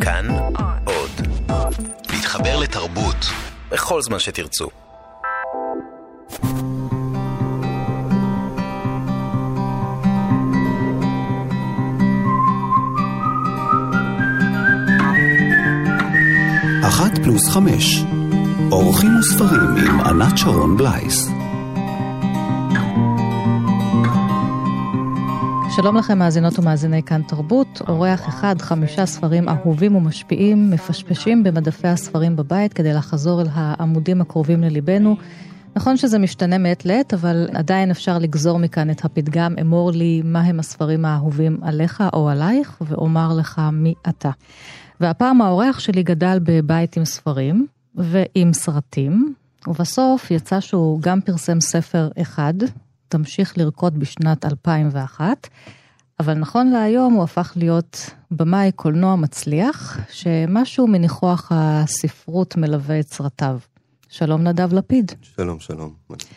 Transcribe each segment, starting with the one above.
כאן עוד. להתחבר לתרבות בכל זמן שתרצו. אחת פלוס 5. אורחים וספרים עם ענת שרון בלייס. שלום לכם מאזינות ומאזיני כאן תרבות. אורח אחד, 5 ספרים אהובים ומשפיעים, מפשפשים במדפי הספרים בבית כדי לחזור אל העמודים הקרובים לליבנו. נכון שזה משתנה מעת לעת, אבל עדיין אפשר לגזור מכאן את הפתגם, אמור לי מהם הספרים האהובים עליך או עלייך, ואומר לך מי אתה. והפעם האורח שלי גדל בבית עם ספרים ועם סרטים, ובסוף יצא שהוא גם פרסם ספר אחד, תמשיך לרקוד בשנת 2001, אבל נכון להיום הוא הפך להיות במאי קולנוע מצליח, שמשהו מניחוח הספרות מלווה את סרטיו. שלום נדב לפיד. שלום, שלום.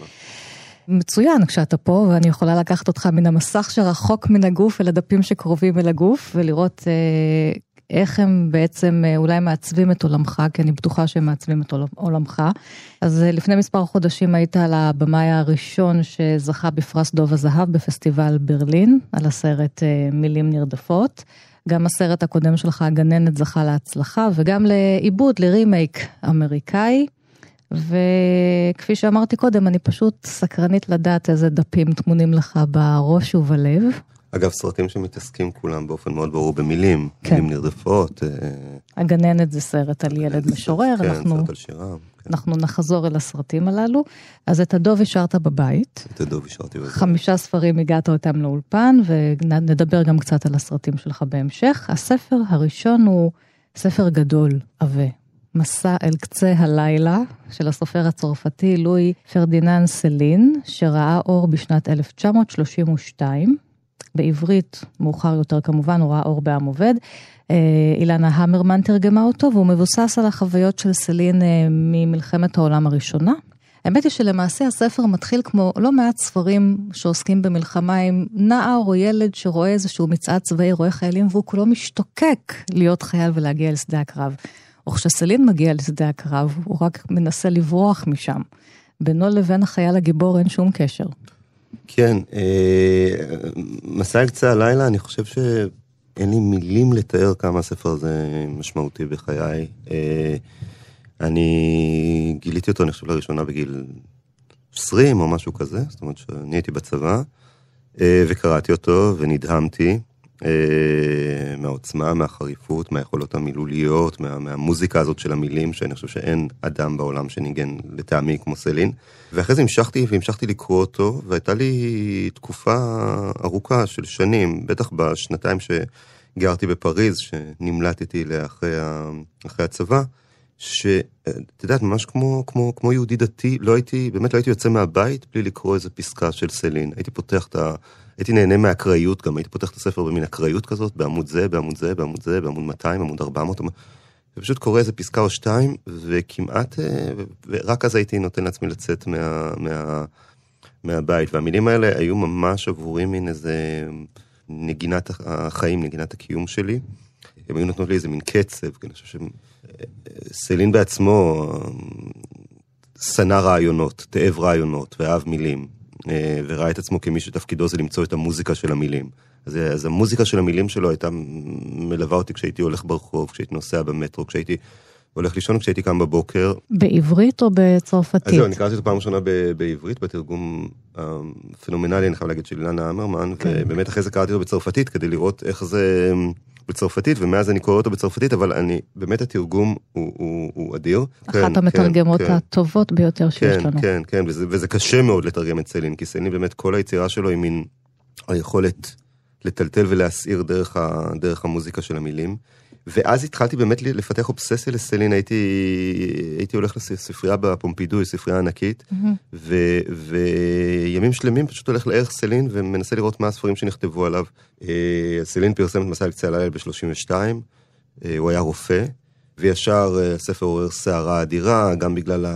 מצוין כשאתה פה, ואני יכולה לקחת אותך מן המסך שרחוק מן הגוף אל הדפים שקרובים אל הגוף, ולראות איך הם בעצם אולי מעצבים את עולמך, כי אני בטוחה שהם מעצבים את עולמך. אז לפני מספר חודשים היית על הבמאי הראשון שזכה בפרס דוב הזהב בפסטיבל ברלין, על הסרט מילים נרדפות. גם הסרט הקודם שלך, הגננת, זכה להצלחה, וגם לעיבוד, לרימייק אמריקאי. וכפי שאמרתי קודם, אני פשוט סקרנית לדעת איזה דפים תמונים לך בראש ובלב. אגב, סרטים שמתעסקים כולם באופן מאוד ברור במילים, מילים נרדפות. הגננת זה סרט על ילד משורר, כן, סרט על שירה. אנחנו נחזור אל הסרטים הללו. אז את הדוב השארת בבית. את הדוב השארתי בבית. 5 ספרים הגעת אותם לאולפן, ונדבר גם קצת על הסרטים שלך בהמשך. הספר הראשון הוא ספר גדול, עבה. מסע אל קצה הלילה, של הסופר הצרפתי לואי פרדיננד סלין, שראה אור בשנת 1932, בעברית, מאוחר יותר כמובן, הוא ראה אור בעם עובד. אילנה המרמן תרגמה אותו, והוא מבוסס על החוויות של סלין ממלחמת העולם הראשונה. האמת היא שלמעשה הספר מתחיל כמו לא מעט ספרים שעוסקים במלחמה עם נער או ילד שרואה איזשהו מצעד צבאי, רואה חיילים, והוא כולו משתוקק להיות חייל ולהגיע לשדה הקרב. או כשסלין מגיע לשדה הקרב, הוא רק מנסה לברוח משם. בינו לבין החייל הגיבור אין שום קשר. כן, מסע אל קצה הלילה, אני חושב שאין לי מילים לתאר כמה הספר הזה משמעותי בחיי. אני גיליתי אותו, אני חושב, לראשונה בגיל 20 או משהו כזה, זאת אומרת שאני הייתי בצבא, וקראתי אותו ונדהמתי מהעוצמה, מהחריפות, מהיכולות המילוליות, מהמוזיקה הזאת של המילים, שאני חושב שאין אדם בעולם שניגן לטעמי כמו סלין. ואחרי זה המשכתי לקרוא אותו, והייתה לי תקופה ארוכה של שנים, בטח בשנתיים שגרתי בפריז, שנמלטתי אחרי הצבא, שאת יודעת, ממש כמו יהודי דתי, באמת לא הייתי יוצא מהבית בלי לקרוא איזה פסקה של סלין. הייתי נהנה מהאקראיות, גם הייתי פותח את הספר במין אקראיות כזאת, בעמוד זה, בעמוד זה, בעמוד זה, בעמוד 200, בעמוד 400, ופשוט קורא איזה פסקה או 2, וכמעט, ורק אז הייתי נותן לעצמי לצאת מהבית, והמילים האלה היו ממש עבורים מן איזה נגינת החיים, נגינת הקיום שלי, הם היו נותנות לי איזה מין קצב, כי אני חושב שסלין בעצמו שנא רעיונות, תאב רעיונות, ואהב מילים, וראה את עצמו כמי שתפקידו זה למצוא את המוזיקה של המילים. אז המוזיקה של המילים שלו הייתה מלווה אותי כשהייתי הולך ברחוב, כשהייתי נוסע במטרו, כשהייתי הולך לישון, כשהייתי קם בבוקר. בעברית או בצרפתית? אז זהו, אני קראתי אותו פעם ראשונה בעברית, בתרגום פנומנלי, אני חייב להגיד, של אילנה המרמן, ובאמת אחרי זה קראתי אותו בצרפתית, כדי לראות איך זה בצרפתית, ומאז אני קורא אותו בצרפתית, אבל באמת התרגום הוא אדיר. אחת המתרגמות הטובות ביותר שיש לנו. כן, כן, וזה קשה מאוד לתרגם את סלין, כי סלין באמת כל היצירה שלו היא מין היכולת לטלטל ולהסעיר דרך המוזיקה של המילים. ואז התחלתי באמת לפתח אובססיה לסלין, הייתי הולך לספרייה בפומפידו, ספרייה ענקית, וימים שלמים פשוט הולך לערך סלין, ומנסה לראות מה הספרים שנכתבו עליו. סלין פרסם את מסע אל קצה הלילה ב-32, הוא היה רופא, וישר הספר עורר סערה אדירה, גם בגלל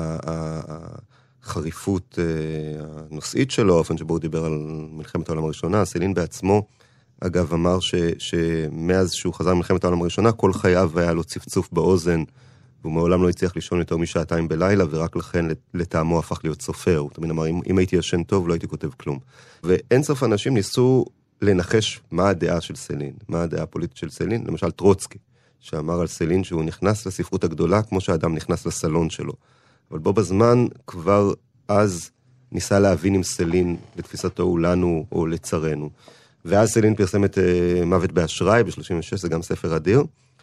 החריפות הנושאית שלו, אופן שבו הוא דיבר על מלחמת העולם הראשונה. סלין בעצמו אגב, אמר שמאז שהוא חזר ממלחמת העולם הראשונה, כל חייו היה לו צפצוף באוזן, והוא מעולם לא הצליח לישון יותר משעתיים בלילה, ורק לכן לטעמו הפך להיות סופר. הוא תמיד אמר, אם הייתי ישן טוב, לא הייתי כותב כלום. ואין סוף אנשים ניסו לנחש מה הדעה של סלין, מה הדעה הפוליטית של סלין, למשל טרוצקי, שאמר על סלין שהוא נכנס לספרות הגדולה, כמו שהאדם נכנס לסלון שלו. אבל בו בזמן כבר אז ניסה להבין אם סלין לתפיסתו הוא לנו או לצרנו. ואז סלין פרסם את מוות באשראי ב-36, זה גם ספר אדיר,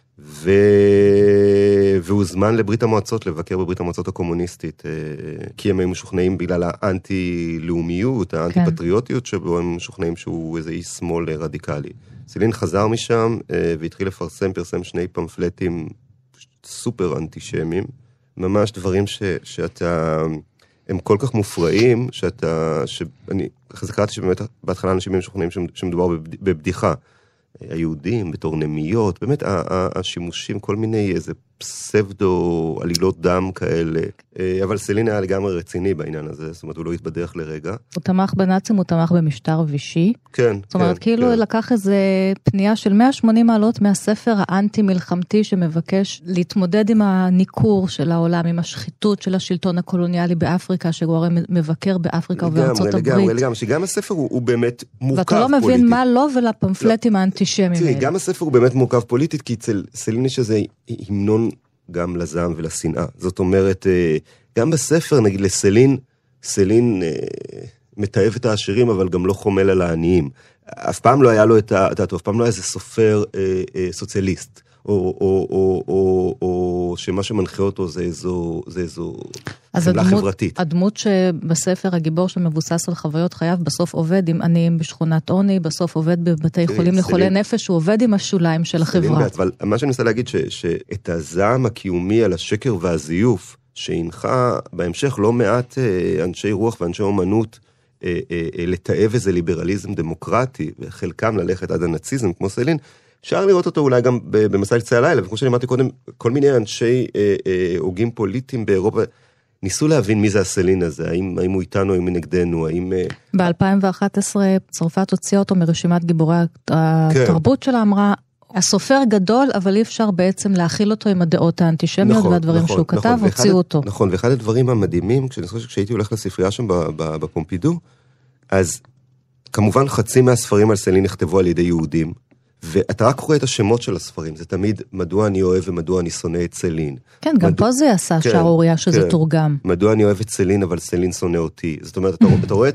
והוא זמן לברית המועצות, לבקר בברית המועצות הקומוניסטית, כי הם היו משוכנעים בגלל האנטי-לאומיות, האנטי-פטריוטיות, שבו הם משוכנעים שהוא איזה איש שמאל רדיקלי. סלין חזר משם והתחיל פרסם 2 פמפלטים סופר אנטישמיים, ממש דברים שאתה, הם כל כך מופרעים, שאני קראתי שבאמת בהתחלה אנשים משוכנעים שמדובר בבדיחה, היהודים בתור נמיות, באמת השימושים, כל מיני איזה פסבדו, עלילות דם כאלה, אבל סלין היה לגמרי רציני בעניין הזה, זאת אומרת הוא לא התבדח לרגע. הוא תמך בנאצים, הוא תמך במשטר וישי. כן. זאת אומרת, כאילו לקח איזה פנייה של 180 מעלות מהספר האנטי-מלחמתי שמבקש להתמודד עם הניכור של העולם, עם השחיתות של השלטון הקולוניאלי באפריקה, שהוא הרי מבקר באפריקה ובארצות הברית. לגמרי, שגם הספר הוא באמת מורכב פוליטית. ואתה לא מבין מה לא ולפמפלטים האנטישמיים האלה. תראי, גם הספר הוא באמת מורכב פוליטית, כי אצל סלין יש איזה המנון גם לזעם ולשנאה. זאת אומרת, גם בספר, נגיד לסלין, סלין מתאהב את העשירים, אבל גם לא חומל על העניים. אף פעם לא היה לו אף פעם לא היה איזה סופר סוציאליסט, או שמה שמנחה אותו זה איזו חמלה חברתית. הדמות שבספר הגיבור שמבוסס על חוויות חייו, בסוף עובד עם עניים בשכונת עוני, בסוף עובד בבתי חולים לחולי נפש, הוא עובד עם השוליים של החברה. אבל מה שאני מנסה להגיד, שאת הזעם הקיומי על השקר והזיוף, שהנחה בהמשך לא מעט אנשי רוח ואנשי אומנות, לתאב איזה ליברליזם דמוקרטי, וחלקם ללכת עד הנאציזם, כמו סלין, אפשר לראות אותו אולי גם במסע קצה הלילה, וכמו שאני אמרתי קודם, כל מיני אנשי הוגים פוליטיים באירופה, ניסו להבין מי זה הסלין הזה, האם הוא איתנו, האם הוא נגדנו, האם... ב-2011 צרפת הוציאה אותו מרשימת גיבורי התרבות שלה, אמרה, הסופר גדול, אבל אי אפשר בעצם להכיל אותו עם הדעות האנטישמיות והדברים שהוא כתב, הוציאו אותו. נכון, ואחד הדברים המדהימים, כשהייתי הולך לספרייה שם בפומפידו, אז כמובן חצי מהספרים על סלין נכתבו על ידי יהודים, ואתה רק רואה את השמות של הספרים, זה תמיד מדוע אני אוהב ומדוע אני שונא את סלין. כן, גם פה זה עשה שערוריה שזה תורגם. מדוע אני אוהב את סלין, אבל סלין שונא אותי. זאת אומרת, אתה רואה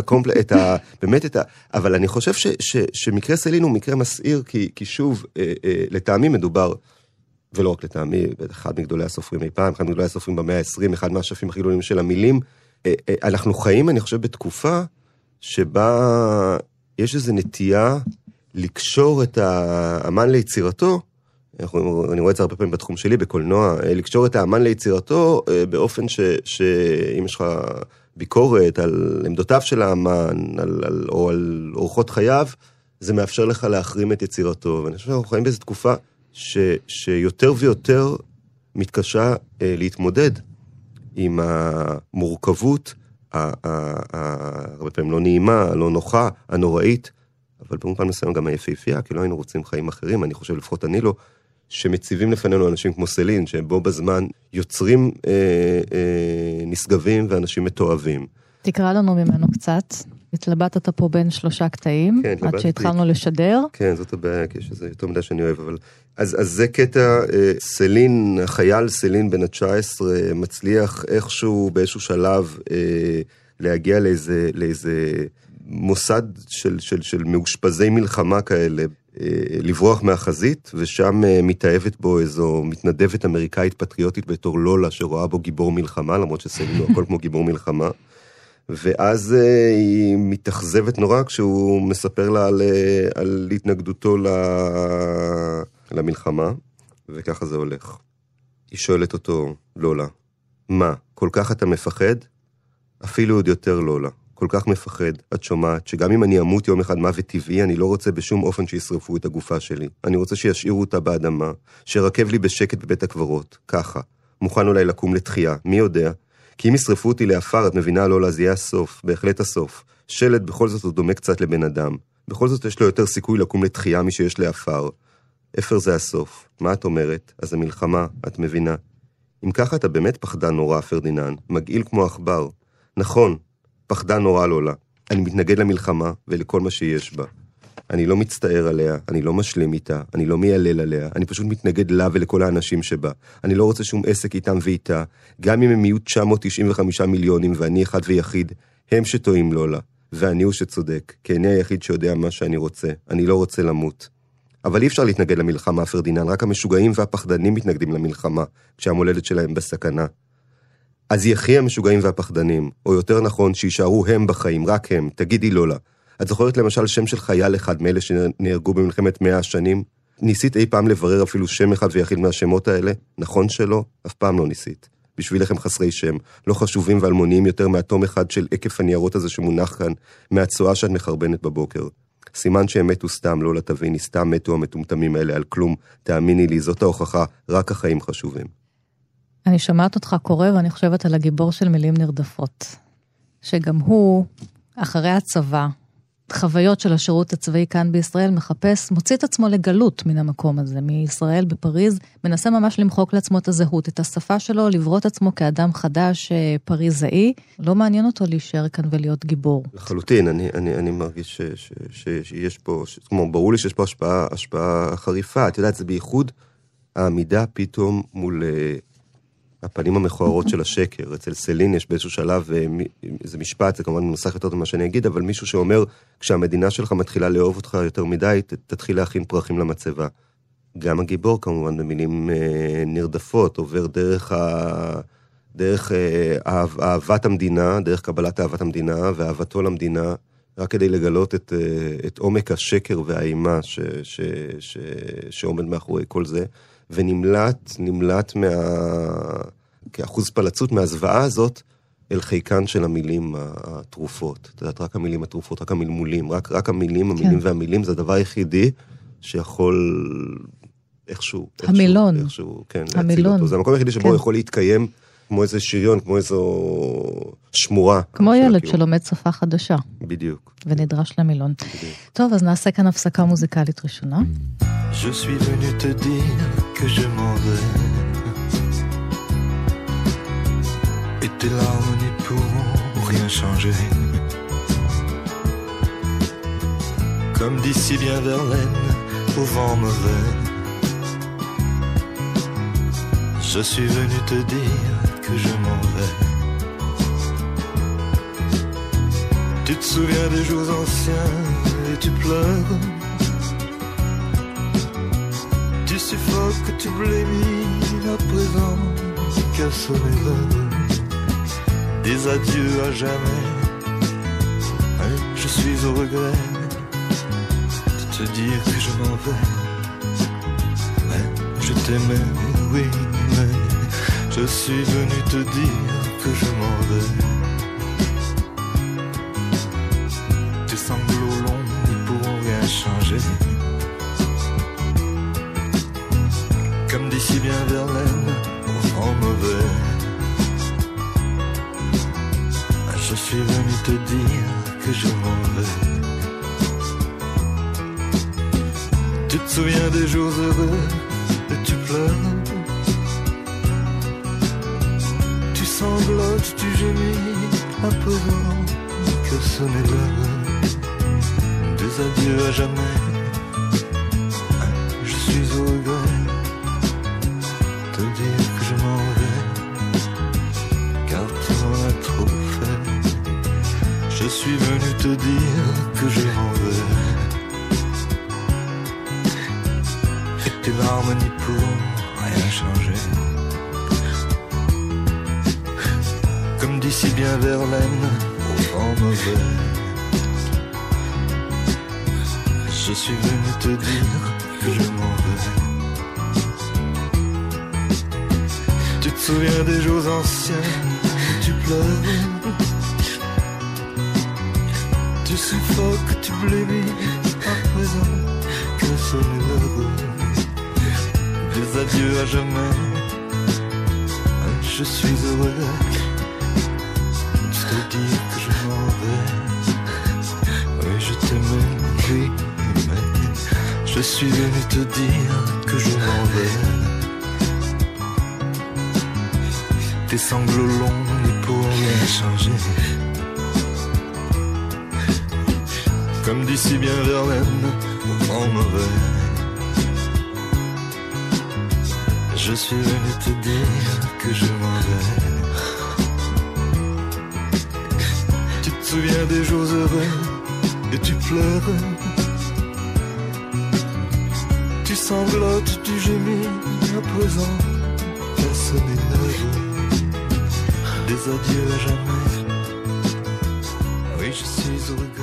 אבל אני חושב שמקרה סלין הוא מקרה מסעיר, כי שוב, לטעמי מדובר, ולא רק לטעמי, אחד מגדולי הסופרים אי פעם, אחד מגדולי הסופרים במאה ה-20, אחד מהשפים הכי גדולים של המילים, אנחנו חיים, אני חושב, בתקופה שבה יש איזו נטייה לקשור את האמן ליצירתו, אני רואה את זה הרבה פעמים בתחום שלי, בקולנוע, לקשור את האמן ליצירתו באופן שאם יש לך ביקורת על עמדותיו של האמן, או על אורחות חייו, זה מאפשר לך להחרים את יצירתו. ואני חושב שאנחנו חיים באיזו תקופה שיותר ויותר מתקשה להתמודד עם המורכבות, הרבה פעמים לא נעימה, לא נוחה, הנוראית, אבל במובן מסוים גם היפהפייה, כי לא היינו רוצים חיים אחרים, אני חושב לפחות אני לא, שמציבים לפנינו אנשים כמו סלין, שהם בו בזמן יוצרים נשגבים ואנשים מתואבים. תקרא לנו ממנו קצת, התלבטת פה בין 3 קטעים, כן, עד שהתחלנו לשדר. כן, זאת הבעיה, כי יש איזה יותר מדי שאני אוהב, אבל... אז זה קטע, סלין, החייל סלין בן ה-19, מצליח איכשהו באיזשהו שלב להגיע לאיזה מוסד של מאושפזי מלחמה כאלה, לברוח מהחזית, ושם מתאהבת בו איזו מתנדבת אמריקאית פטריוטית בתור לולה, שרואה בו גיבור מלחמה, למרות שסלין הוא הכל כמו גיבור מלחמה, ואז היא מתאכזבת נורא כשהוא מספר לה על התנגדותו למלחמה, וככה זה הולך. היא שואלת אותו, לולה, מה, כל כך אתה מפחד? אפילו עוד יותר לולה. כל כך מפחד, את שומעת, שגם אם אני אמות יום אחד מוות טבעי, אני לא רוצה בשום אופן שישרפו את הגופה שלי. אני רוצה שישאירו אותה באדמה, שרקב לי בשקט בבית הקברות, ככה. מוכן אולי לקום לתחייה, מי יודע? כי אם ישרפו אותי לאפר, את מבינה לא, אז יהיה הסוף, בהחלט הסוף. שלד בכל זאת הוא דומה קצת לבן אדם. בכל זאת יש לו יותר סיכוי לקום לתחייה משיש לאפר. אפר זה הסוף. מה את אומרת? אז המלחמה, את מבינה. אם ככה אתה באמת פחדן נורא, פרדיננד, מגעיל כמו עכבר. נכון, פחדן נורא לולה. אני מתנגד למלחמה ולכל מה שיש בה. אני לא מצטער עליה, אני לא משלים איתה, אני לא מיילל עליה, אני פשוט מתנגד לה ולכל האנשים שבה. אני לא רוצה שום עסק איתם ואיתה, גם אם הם יהיו 995 מיליונים ואני אחד ויחיד, הם שטועים לולה, ואני הוא שצודק, כי אני היחיד שיודע מה שאני רוצה, אני לא רוצה למות. אבל אי אפשר להתנגד למלחמה, פרדיננד, רק המשוגעים והפחדנים מתנגדים למלחמה, כשהמולדת שלהם בסכנה. אז יחי המשוגעים והפחדנים, או יותר נכון, שישארו הם בחיים, רק הם, תגידי לולה. את זוכרת למשל שם של חייל אחד מאלה שנהרגו במלחמת 100 השנים? ניסית אי פעם לברר אפילו שם אחד ויחיד מהשמות האלה? נכון שלא? אף פעם לא ניסית. בשבילכם חסרי שם, לא חשובים ואלמוניים יותר מאטום אחד של עקף הניירות הזה שמונח כאן, מהצועה שאת מחרבנת בבוקר. סימן שהם מתו סתם, לא לתביני, סתם מתו המטומטמים האלה על כלום. תאמיני לי, זאת ההוכחה, רק החיים חשובים. אני שמעת אותך קורא ואני חושבת על הגיבור של מילים נרדפות, שגם הוא, אחרי הצבא, חוויות של השירות הצבאי כאן בישראל, מחפש, מוציא את עצמו לגלות מן המקום הזה, מישראל בפריז, מנסה ממש למחוק לעצמו את הזהות, את השפה שלו, לברוא את עצמו כאדם חדש פריזאי, לא מעניין אותו להישאר כאן ולהיות גיבור. לחלוטין, אני מרגיש שיש פה, כמו ברור לי שיש פה השפעה חריפה, את יודעת, זה בייחוד העמידה פתאום מול הפנים המכוערות של השקר. אצל סלין יש באיזשהו שלב, זה משפט, זה כמובן מנוסח יותר ממה שאני אגיד, אבל מישהו שאומר, כשהמדינה שלך מתחילה לאהוב אותך יותר מדי, תתחיל להכין פרחים למצבה. גם הגיבור כמובן במילים נרדפות, עובר דרך אהבת המדינה, דרך קבלת אהבת המדינה ואהבתו למדינה, רק כדי לגלות את עומק השקר והאימה שעומד מאחורי כל זה. ונמלט כאחוז פלצות מהזוועה הזאת אל חיקן של המילים התרופות. את יודעת, רק המילים התרופות, רק המלמולים, רק המילים והמילים, זה הדבר היחידי שיכול איכשהו, המילון. כן, להציל אותו. זה המקום היחידי שבו הוא יכול להתקיים כמו איזה שריון, כמו איזו שמורה. כמו ילד שלומד שפה חדשה. בדיוק. ונדרש למילון. טוב, אז נעשה כאן הפסקה מוזיקלית ראשונה. Je suis venu te dire que je m'en vais Et tes larmes n'y pourront rien changer Comme dit si bien Verlaine au vent mauvais Je suis venu te dire que je m'en vais Tu te souviens des jours anciens et tu pleures Tu suffoques, tu blémis à présent qu'à sonner l'heure Des adieux à jamais Je suis au regret de te dire que je m'en vais Je t'aimais, oui, mais je suis venu te dire que je m'en vais Tes sanglots longs ne pourront rien changer Comme dit si bien Verlaine, au vent mauvais Je suis venu te dire que je m'en vais Tu te souviens des jours heureux et tu pleures Tu sanglotes, tu gémis à présent que sonnait l'heure Des adieux à jamais Je suis au regret te dire que je m'en vais car tu m'en as trop fait je suis venu te dire que je m'en vais et tes larmes n'y pourront rien changer comme dit si bien Verlaine au vent mauvais je suis venu te dire que je m'en vais Tu te souviens des jours anciens où tu pleures Tu suffoques, tu blémis à présent que sonne l'heure Des adieux à jamais Je suis heureux de te dire que je m'en vais Oui, je t'aimais, oui, Je suis venu te dire que je m'en vais. Tes sanglots longs ne pourront rien changer. Comme dit si bien Verlaine, au vent mauvais. Je suis venu te dire que je m'en vais. Tu te souviens des jours heureux et tu pleures. Tu sanglotes, tu gémis, à présent personne n'est heureux. Des adieux à jamais. Oui, je suis au regret.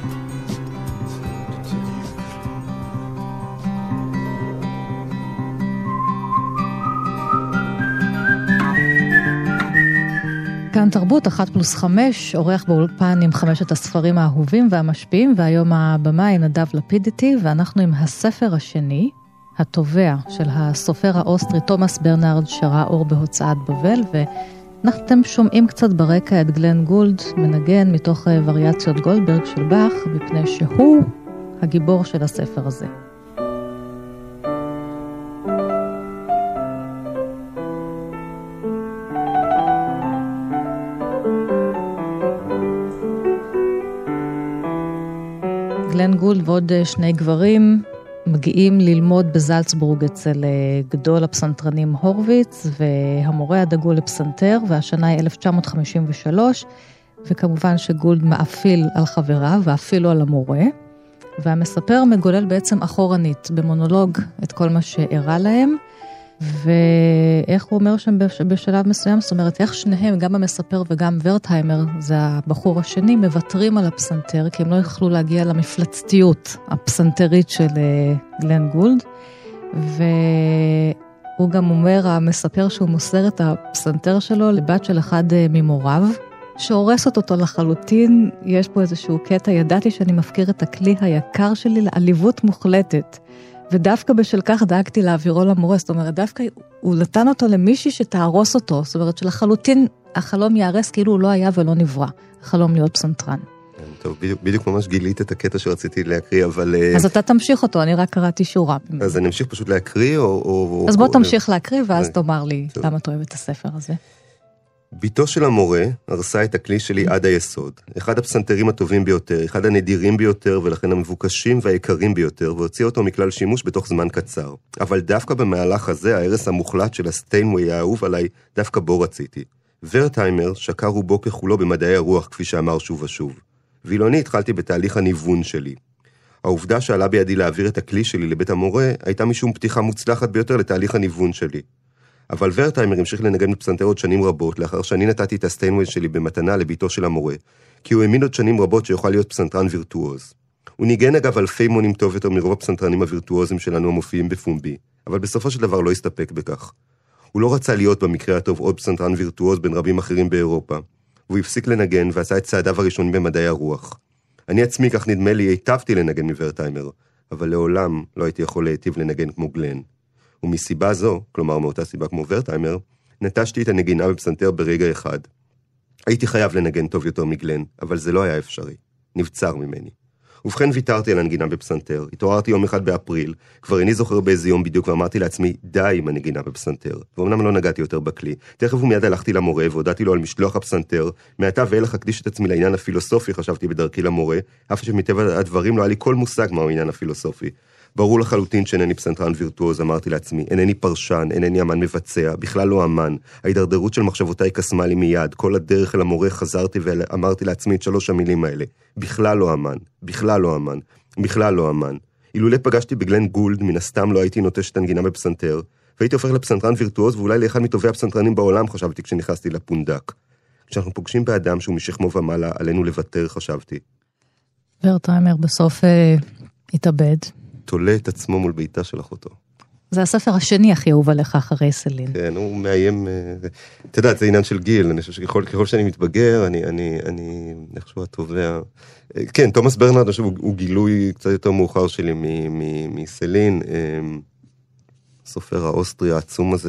כאן תרבות 1+5, עורך באולפן עם 5 הספרים האהובים והמשפיעים, והיום הבמה היא נדב לפידיטי, ואנחנו עם הספר השני, התובע, של הסופר האוסטרי תומאס ברנארד, שראה אור בהוצאת בבל, ואתם שומעים קצת ברקע את גלן גולד מנגן מתוך וריאציות גולדברג של באך, מפני שהוא הגיבור של הספר הזה. גלן גולד ועוד 2 גברים מגיעים ללמוד בזלצבורג אצל גדול הפסנתרנים הורוויץ, והמורה הדגול לפסנתר, והשנה היא 1953, וכמובן שגולד מאפיל על חבריו ואפילו על המורה, והמספר מגולל בעצם אחורנית במונולוג את כל מה שאירע להם, ואיך הוא אומר שם בשלב מסוים, זאת אומרת, איך שניהם, גם המספר וגם ורטהיימר, זה הבחור השני, מבטרים על הפסנתר, כי הם לא יכלו להגיע למפלצתיות הפסנתרית של גלן גולד, והוא גם אומר, המספר שהוא מוסר את הפסנתר שלו לבת של אחד ממוריו, שהורסת אותו לחלוטין. יש פה איזשהו קטע, ידעתי שאני מפקיר את הכלי היקר שלי לעליבות מוחלטת, ודווקא בשל כך דאגתי להעבירו למורה, זאת אומרת, דווקא הוא נתן אותו למישהי שתהרוס אותו, זאת אומרת שלחלוטין החלום יערס כאילו הוא לא היה ולא נברא, החלום להיות פסנתרן. טוב, בדיוק ממש גילית את הקטע שרציתי להקריא, אבל... אז אתה תמשיך אותו, אני רק קראתי שורה. אז אני אמשיך פשוט להקריא, או... אז בוא תמשיך להקריא, ואז תאמר לי למה אתה אוהב את הספר הזה. ביתו של המורה הרסה את הכלי שלי עד היסוד. אחד הפסנתרים הטובים ביותר, אחד הנדירים ביותר, ולכן המבוקשים והיקרים ביותר, והוציא אותו מכלל שימוש בתוך זמן קצר. אבל דווקא במהלך הזה, ההרס המוחלט של הסטיינווי האהוב עליי, דווקא בו רציתי. ורטהיימר שקע רובו ככולו במדעי הרוח, כפי שאמר שוב ושוב. ואילו התחלתי בתהליך הניוון שלי. העובדה שעלה בידי להעביר את הכלי שלי לבית המורה, הייתה משום פתיחה מוצלחת ביותר לתהליך הניוון שלי. אבל ורטהיימר המשיך לנגן בפסנתר עוד שנים רבות, לאחר שאני נתתי את הסטיינווי שלי במתנה לביתו של המורה, כי הוא האמין עוד שנים רבות שיוכל להיות פסנתרן וירטואוז. הוא ניגן אגב אלפי מונים טוב יותר מרוב הפסנתרנים הווירטואוזים שלנו המופיעים בפומבי, אבל בסופו של דבר לא הסתפק בכך. הוא לא רצה להיות במקרה הטוב עוד פסנתרן וירטואוז בין רבים אחרים באירופה, והוא הפסיק לנגן ועשה את צעדיו הראשונים במדעי הרוח. אני עצמי, כך נדמה לי, היטבתי לנגן מוורטהיימר, אבל לעולם לא הייתי יכול להיטיב לנגן כמו גלן. ומסיבה זו, כלומר מאותה סיבה כמו ורטהיימר, נטשתי את הנגינה בפסנתר ברגע אחד. הייתי חייב לנגן טוב יותר מגלן, אבל זה לא היה אפשרי. נבצר ממני. ובכן ויתרתי על הנגינה בפסנתר, התעוררתי יום אחד באפריל, כבר איני זוכר באיזה יום בדיוק, ואמרתי לעצמי, די עם הנגינה בפסנתר. ואומנם לא נגעתי יותר בכלי. תכף ומיד הלכתי למורה, והודעתי לו על משלוח הפסנתר. מעתה ואילך אקדיש את עצמי לעניין הפילוסופי, חשבתי בדרכי למורה, אף שמטבע הדברים לא היה לי כל מושג מהו העניין הפילוסופי. ברור לחלוטין שאינני פסנתרן וירטואוז, אמרתי לעצמי, אינני פרשן, אינני אמן מבצע, בכלל לא אמן. ההידרדרות של מחשבותיי קסמה לי מיד, כל הדרך אל המורה חזרתי ואמרתי לעצמי את 3 המילים האלה. בכלל לא אמן, בכלל לא אמן, בכלל לא אמן. אילולא פגשתי בגלן גולד, מן הסתם לא הייתי נוטש את הנגינה בפסנתר, והייתי הופך לפסנתרן וירטואוז, ואולי לאחד מטובי הפסנתרנים בעולם, חשבתי כשנכנסתי לפונדק. כשאנחנו פוגשים באדם שהוא משכמו ומעלה, עלינו לוותר, חשבתי. ורטהיימר בסוף התאבד. תולה את עצמו מול ביתה של אחותו. זה הספר השני הכי אהוב עליך אחרי סלין. כן, הוא מאיים, אתה יודע, זה עניין של גיל, אני חושב שככל שאני מתבגר, אני איכשהו התובע. כן, תומאס ברנארד, הוא גילוי קצת יותר מאוחר שלי מסלין, סופר האוסטרי העצום הזה,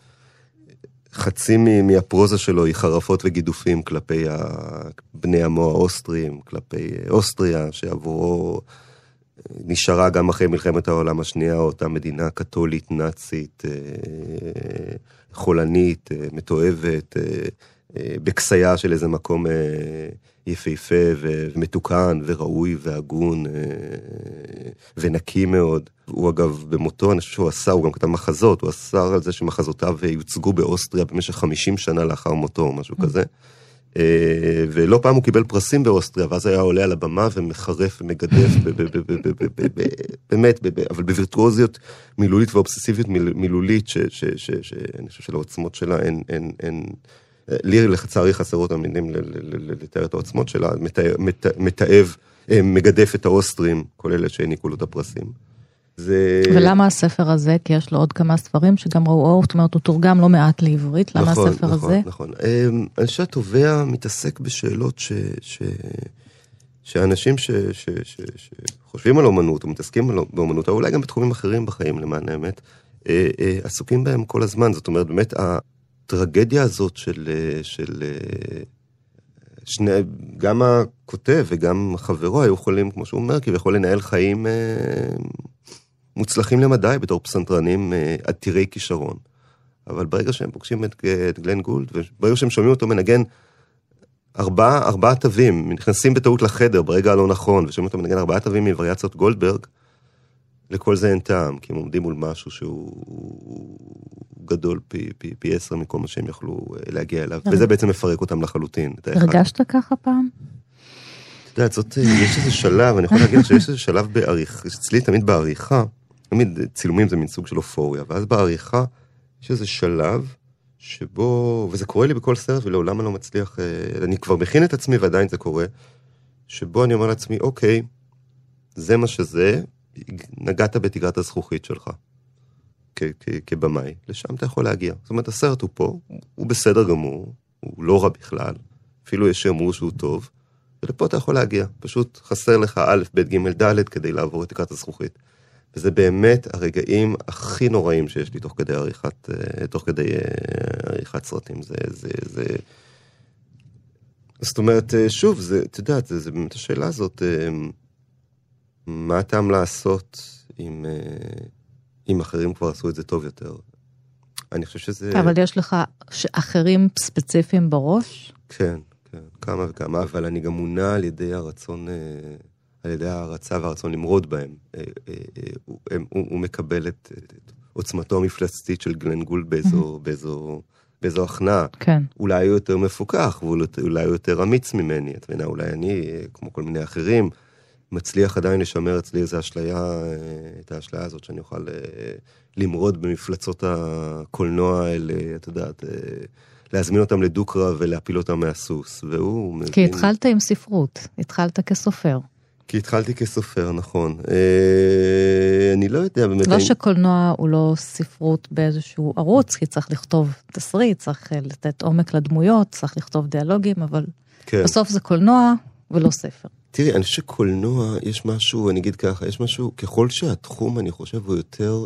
שחצי מהפרוזה שלו היא חרפות וגידופים כלפי בני עמו האוסטרים, כלפי אוסטריה, שעבורו נשארה גם אחרי מלחמת העולם השנייה, אותה מדינה קתולית, נאצית, חולנית, מתועבת, בקסיה של איזה מקום יפהפה ומתוקן וראוי והגון ונקי מאוד. הוא אגב במותו, אני חושב שהוא עשה, הוא גם כתב מחזות, הוא אסר על זה שמחזותיו יוצגו באוסטריה במשך 50 שנה לאחר מותו או משהו כזה. ולא פעם הוא קיבל פרסים באוסטריה, ואז היה עולה על הבמה ומחרף ומגדף, באמת, אבל בווירטואוזיות מילולית ואובססיבית מילולית, שאני חושב שלעוצמות שלה אין, לי לצערי חסרות המילים לתאר את העוצמות שלה, מתאב, מגדף את האוסטרים, כל אלה שהעניקו לו את הפרסים. ולמה הספר הזה? כי יש לו עוד כמה ספרים שגם ראו, זאת אומרת, הוא תורגם לא מעט לעברית, למה הספר הזה? נכון. אני חושב שהתובע מתעסק בשאלות שאנשים שחושבים על אומנות, או מתעסקים באומנות, או אולי גם בתחומים אחרים בחיים, למען האמת, עסוקים בהם כל הזמן. זאת אומרת, באמת, הטרגדיה הזאת של גם הכותב וגם חברו היו יכולים, כמו שהוא אומר, כי הוא יכול לנהל חיים מוצלחים למדי בתור פסנתרנים עתירי כישרון. אבל ברגע שהם פוגשים את גלן גולד, וברגע שהם שומעים אותו מנגן 4 תווים, נכנסים בטעות לחדר ברגע הלא נכון, ושומעים אותו מנגן 4 תווים מווריאציות גולדברג, לכל זה אין טעם, כי הם עומדים מול משהו שהוא גדול פי 10 מכל מה שהם יכלו להגיע אליו, וזה בעצם מפרק אותם לחלוטין. הרגשת ככה פעם? אתה יודע, יש איזה שלב, אני יכול להגיד שיש איזה שלב בעריכה, אצלי תמיד בעריכה, תמיד צילומים זה מין סוג של אופוריה, ואז בעריכה יש איזה שלב שבו, וזה קורה לי בכל סרט, ולעולם אני לא מצליח, אני כבר מכין את עצמי ועדיין זה קורה, שבו אני אומר לעצמי, אוקיי, זה מה שזה, נגעת בתקרת הזכוכית שלך, כבמאי, לשם אתה יכול להגיע. זאת אומרת, הסרט הוא פה, הוא בסדר גמור, הוא לא רע בכלל, אפילו יש שאמרו שהוא טוב, ולפה אתה יכול להגיע. פשוט חסר לך א', ב', ג', ד' כדי לעבור את תקרת הזכוכית. וזה באמת הרגעים הכי נוראים שיש לי תוך כדי עריכת סרטים. זאת אומרת, שוב, אתה יודע, זה באמת השאלה הזאת, מה הטעם לעשות אם אחרים כבר עשו את זה טוב יותר? אני חושב שזה... אבל יש לך אחרים ספציפיים בראש? כן, כמה וכמה, אבל אני גם מונע על ידי הרצון, על ידי הרצה והרצון למרוד בהם. הוא מקבל את עוצמתו המפלצתית של גלן גולד באיזו הכנעה. כן. אולי הוא יותר מפוקח, ואולי הוא יותר אמיץ ממני. את מבינה, אולי אני, כמו כל מיני אחרים, מצליח עדיין לשמר אצלי איזו אשליה, את האשליה הזאת שאני אוכל למרוד במפלצות הקולנוע האלה, את יודעת, להזמין אותם לדוקרה ולהפיל אותם מהסוס, והוא מבין... כי התחלת עם ספרות, התחלת כסופר. כי התחלתי כסופר, נכון. אני לא יודע באמת... לא שקולנוע הוא לא ספרות באיזשהו ערוץ, כי צריך לכתוב תסריט, צריך לתת עומק לדמויות, צריך לכתוב דיאלוגים, אבל כן. בסוף זה קולנוע ולא ספר. תראי, אני חושב שקולנוע, יש משהו, אני אגיד ככה, יש משהו, ככל שהתחום, אני חושב, הוא יותר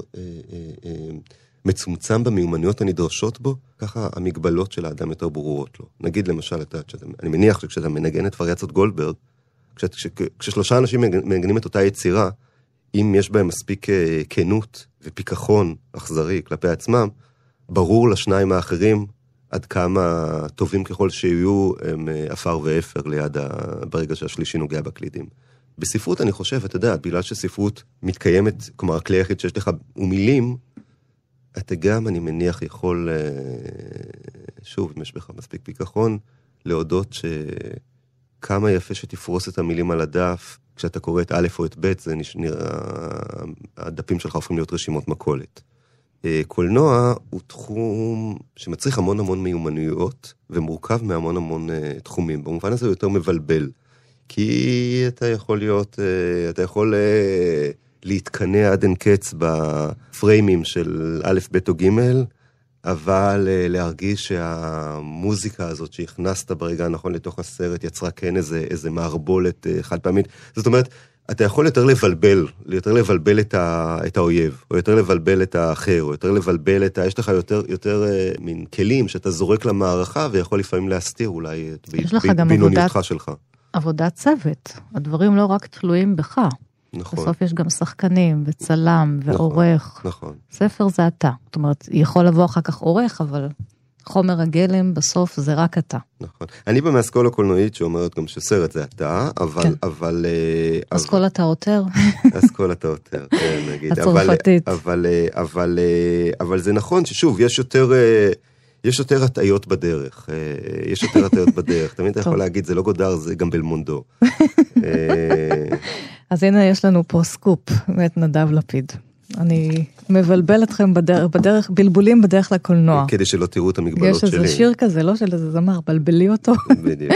מצומצם במיומנויות הנדרשות בו, ככה המגבלות של האדם יותר ברורות לו. נגיד למשל, אני מניח שכשאתה מנגן את וריאציות גולדברג, כששלושה אנשים מנגנים את אותה יצירה, אם יש בהם מספיק כנות ופיכחון אכזרי כלפי עצמם, ברור לשניים האחרים עד כמה טובים ככל שיהיו הם אפר ואפר ליד ברגע שהשלישי נוגע בקלידים. בספרות אני חושב, אתה יודע, בגלל שספרות מתקיימת, כלומר הכלי היחיד שיש לך הוא מילים, אתה גם, אני מניח, יכול, שוב, אם יש בך מספיק פיכחון, להודות שכמה יפה שתפרוס את המילים על הדף, כשאתה קורא את א' או את ב', זה נראה, הדפים שלך הופכים להיות רשימות מקולת. קולנוע הוא תחום שמצריך המון המון מיומנויות, ומורכב מהמון המון תחומים. במובן הזה הוא יותר מבלבל, כי אתה יכול להתקנע עד אין קץ בפריימים של א', ב' או ג', אבל להרגיש שהמוזיקה הזאת שהכנסת ברגע הנכון לתוך הסרט, יצרה כן איזה מערבולת חד פעמית. זאת אומרת, אתה יכול יותר לבלבל את האויב, או יותר לבלבל את האחר, או יותר לבלבל יש לך יותר מין כלים שאתה זורק למערכה, ויכול לפעמים להסתיר אולי את בינוניותך שלך. עבודת צוות. הדברים לא רק תלויים בך. נכון. בסוף יש גם שחקנים וצלם ועורך. נכון. ספר זה אתה. זאת אומרת, יכול לבוא אחר כך עורך, אבל חומר הגלם בסוף זה רק אתה. נכון. אני במאסכולה קולנועית שאומרת גם שסרט זה אתה, אבל... אסכולת האוטר. אסכולת האוטר, כן, נגיד. הצרפתית. אבל זה נכון ששוב, יש יותר הטעיות בדרך. תמיד אתה יכול להגיד, זה לא גודר, זה גם בלמונדו. אז הנה יש לנו פה סקופ, מאת נדב לפיד. אני מבלבל אתכם בדרך, בלבולים בדרך לקולנוע. כדי שלא תראו את המגבלות שלי. יש איזה שיר כזה, לא של איזה זמר, בלבלי אותו. בדיוק.